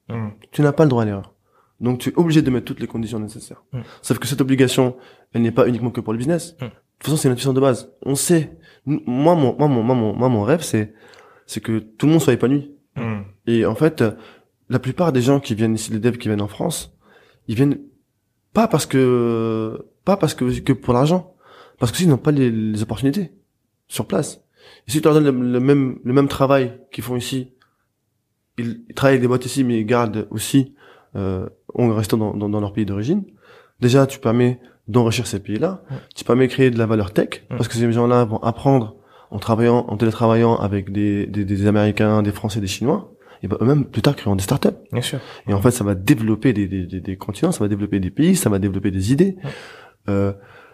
Mm. Tu n'as pas le droit à l'erreur. Donc tu es obligé de mettre toutes les conditions nécessaires. Mm. Sauf que cette obligation, elle n'est pas uniquement que pour le business. Mm. De toute façon, c'est une intuition de base. On sait. Nous- Moi, mon, moi, mon, moi, mon, moi, mon rêve, c'est, c'est que tout le monde soit épanoui. Mm. Et en fait, euh, la plupart des gens qui viennent ici, les devs qui viennent en France, ils viennent pas parce que, pas parce que, que pour l'argent. Parce que s'ils n'ont pas les, les opportunités sur place. Et si tu leur donnes le, le même, le même travail qu'ils font ici, ils, ils travaillent avec des boîtes ici, mais ils gardent aussi, euh, en restant dans, dans, dans leur pays d'origine. Déjà, tu permets d'enrichir ces pays-là. Ouais. Tu permets de créer de la valeur tech. Ouais. Parce que ces gens-là vont apprendre en travaillant, en télétravaillant avec des, des, des Américains, des Français, des Chinois. Et ben, eux-mêmes, plus tard, créeront des startups. Bien sûr. Et en fait, ça va développer des, des, des, des continents, ça va développer des pays, ça va développer des idées. Ouais. Euh,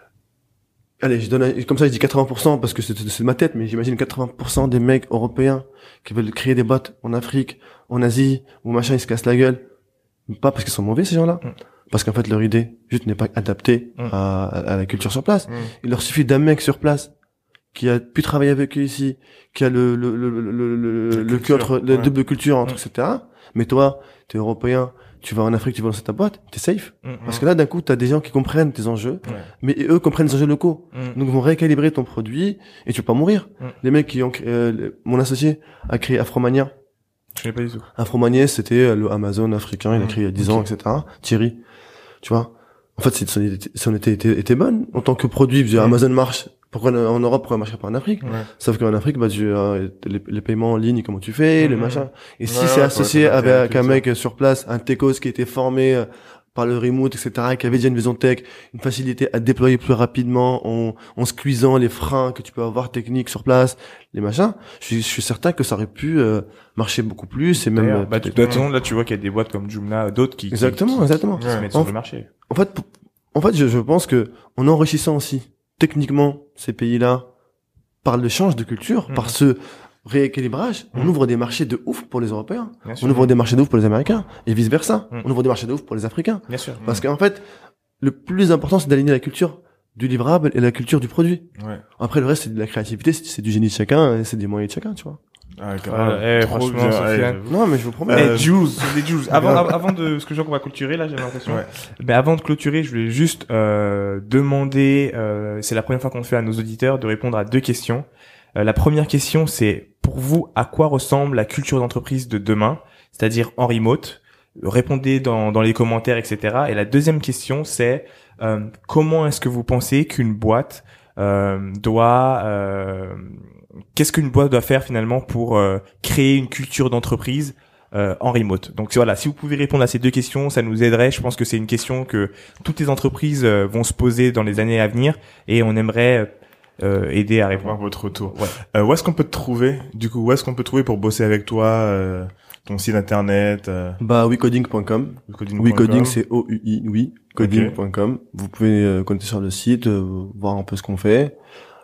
allez, je donne, un- comme ça, je dis quatre-vingts pour cent parce que c'est, c'est de ma tête, mais j'imagine quatre-vingts pour cent des mecs européens qui veulent créer des boîtes en Afrique, en Asie, ou machin, ils se cassent la gueule. Pas parce qu'ils sont mauvais, ces gens-là. Mm. Parce qu'en fait, leur idée, juste n'est pas adaptée Mm. à, à, à la culture sur place. Mm. Il leur suffit d'un mec sur place qui a pu travailler avec eux ici, qui a le le le le le, le, La le culture, cul entre les ouais. double culture entre Mm. et cetera. Mais toi, t'es européen, tu vas en Afrique, tu vas dans ta boîte, t'es safe. Mm, Parce que là, d'un coup, t'as des gens qui comprennent tes enjeux, Ouais. mais eux comprennent les enjeux locaux. mm, Donc, ils vont récalibrer ton produit et tu vas pas mourir. Mm. Les mecs qui ont créé, euh, le- mon associé a créé Afromania. Je connais pas du tout. Afromania, c'était euh, le Amazon africain, il a Mm. créé il y a dix Ok. ans, et cetera. Thierry, tu vois. En fait, c'est- son idée, son idée était, était bonne. En tant que produit, je veux dire, Mm. Amazon marche. Pourquoi en Europe, pourquoi elle marcherait pas en Afrique? Ouais. Sauf qu'en Afrique, bah, tu, euh, les, les paiements en ligne, comment tu fais, le Mhm. machin. Et si Ouais, c'est ouais, associé faut adapter à la avec un culture. mec sur place, un techos qui était formé euh, par le remote, et cetera, qui avait déjà une vision tech, une facilité à déployer plus rapidement en, en squeezant les freins que tu peux avoir techniques sur place, les machins, je suis, je suis certain que ça aurait pu euh, marcher beaucoup plus et même... D'ailleurs, euh, bah, de peut-être- toute façon, là, tu vois qu'il y a des boîtes comme Joomla, d'autres qui, qui- Exactement, qui, exactement. qui se Ouais. mettent sur En- le marché. En fait, p- en fait, je, je pense que en enrichissant aussi techniquement ces pays-là par l'échange de culture, Mhm. par ce rééquilibrage, on Mhm. ouvre des marchés de ouf pour les Européens. Bien sûr. On ouvre des marchés de ouf pour les Américains et vice versa. Mhm. On ouvre des marchés de ouf pour les Africains. Bien sûr. Parce qu'en fait, le plus important, c'est d'aligner la culture du livrable et la culture du produit. Ouais. Après, le reste, c'est de la créativité, c'est c'est du génie de chacun et c'est des moyens de chacun, tu vois. Ah, Voilà, eh, trop franchement, bien, Sofiane. ouais, j'avoue. Non, mais je vous promets. Euh, Eh, Jules, c'est des Jules. Avant, grave. av- avant de, ce que je vois qu'on va clôturer, là, j'ai l'impression. Ouais. Mais avant de clôturer, je voulais juste, euh, demander, euh, c'est la première fois qu'on le fait à nos auditeurs, de répondre à deux questions. Euh, la première question, c'est, pour vous, à quoi ressemble la culture d'entreprise de demain? C'est-à-dire en remote. Répondez dans, dans les commentaires, et cetera. Et la deuxième question, c'est, euh, comment est-ce que vous pensez qu'une boîte, euh, doit, euh, qu'est-ce qu'une boîte doit faire finalement pour euh, créer une culture d'entreprise euh, en remote. Donc voilà, si vous pouvez répondre à ces deux questions, ça nous aiderait. Je pense que c'est une question que toutes les entreprises euh, vont se poser dans les années à venir et on aimerait euh, aider à Voir répondre. votre retour. Ouais. Euh, où est-ce qu'on peut te trouver? Du coup, où est-ce qu'on peut te trouver pour bosser avec toi, euh, ton site internet, euh, Bah, wecoding point com. wecoding point com. Wecoding, c'est O U I, oui, coding point com. Vous pouvez euh, connecter sur le site, euh, voir un peu ce qu'on fait.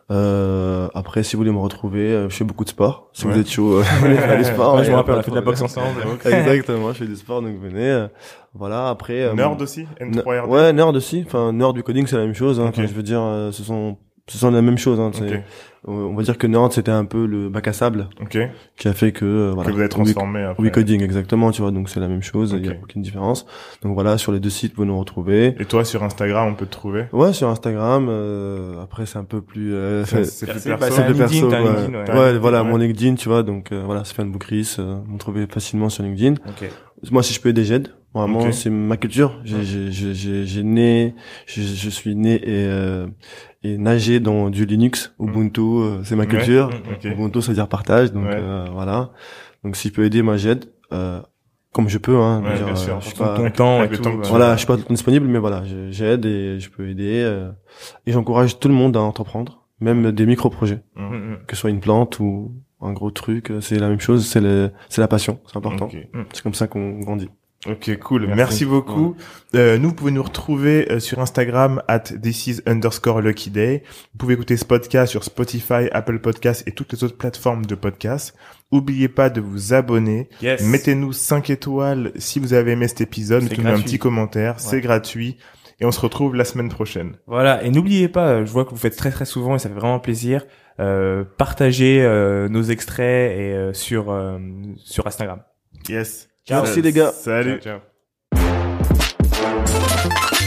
Euh, après, si vous voulez me retrouver, euh, je fais beaucoup de sport. Si Ouais. vous êtes chaud, euh, venez faire du sport. Ouais, il je y me a rappelle, on pas a fait de la boxe problème. ensemble. Exactement, je fais du sport, donc venez. euh, Voilà, après... euh, Nerd aussi? N trois R D? Ouais, nerd aussi. Enfin, nerd du coding, c'est la même chose. Hein. Ok. Enfin, je veux dire, euh, ce sont, ce sont la même chose. Hein. C'est- Ok. On va dire que nerd, c'était un peu le bac à sable Ok. qui a fait que, euh, voilà. Que vous avez transformé après. Oui, coding, exactement, tu vois, donc c'est la même chose, il y a Ok. aucune différence. Donc voilà, sur les deux sites, vous nous retrouvez. Et toi, sur Instagram, on peut te trouver? Ouais, sur Instagram, euh, après c'est un peu plus... Euh, C'est c'est c'est plus c'est- bah, perso. c'est un plus LinkedIn, perso, t'as un ouais. LinkedIn, ouais. Ouais, T'as un LinkedIn, voilà, ouais. mon LinkedIn, tu vois, donc euh, voilà, Sofiane Boukris, euh, vous me trouvez facilement sur LinkedIn. Ok. Moi, si je peux aider, j'aide. Vraiment, Ok. c'est ma culture. J'ai, Ouais. j'ai, j'ai, j'ai, j'ai né, je, je suis né et, euh, et nagé dans du Linux, Ubuntu, euh, c'est ma Ouais. culture. Ok. Ubuntu, ça veut dire partage, donc Ouais. euh, voilà. Donc si je peux aider, moi j'aide, euh, comme je peux. Hein, Ouais, Je veux bien dire, sûr. euh, je suis Ton- pas, ton temps et avec le tout. temps que tu- euh, voilà, je suis pas disponible, mais voilà, je- j'aide et je peux aider. euh, et j'encourage tout le monde à entreprendre, même des micro-projets, mm, mm. que ce soit une plante ou un gros truc, euh, c'est la même chose, c'est le, c'est la passion, c'est important. Ok. C'est comme ça qu'on grandit. Ok, cool. Merci, Merci. beaucoup. Euh, nous, vous pouvez nous retrouver euh, sur Instagram at this is underscore lucky day. Vous pouvez écouter ce podcast sur Spotify, Apple Podcasts et toutes les autres plateformes de podcasts. Oubliez pas de vous abonner. Yes. Mettez-nous cinq étoiles si vous avez aimé cet épisode. C'est Mettez-nous un gratuit. petit commentaire. C'est Ouais. gratuit. Et on se retrouve la semaine prochaine. Voilà, et n'oubliez pas, euh, je vois que vous faites très très souvent et ça fait vraiment plaisir, euh, partagez euh, nos extraits et euh, sur euh, sur Instagram. Yes. Merci les gars. Salut. Ciao, ciao.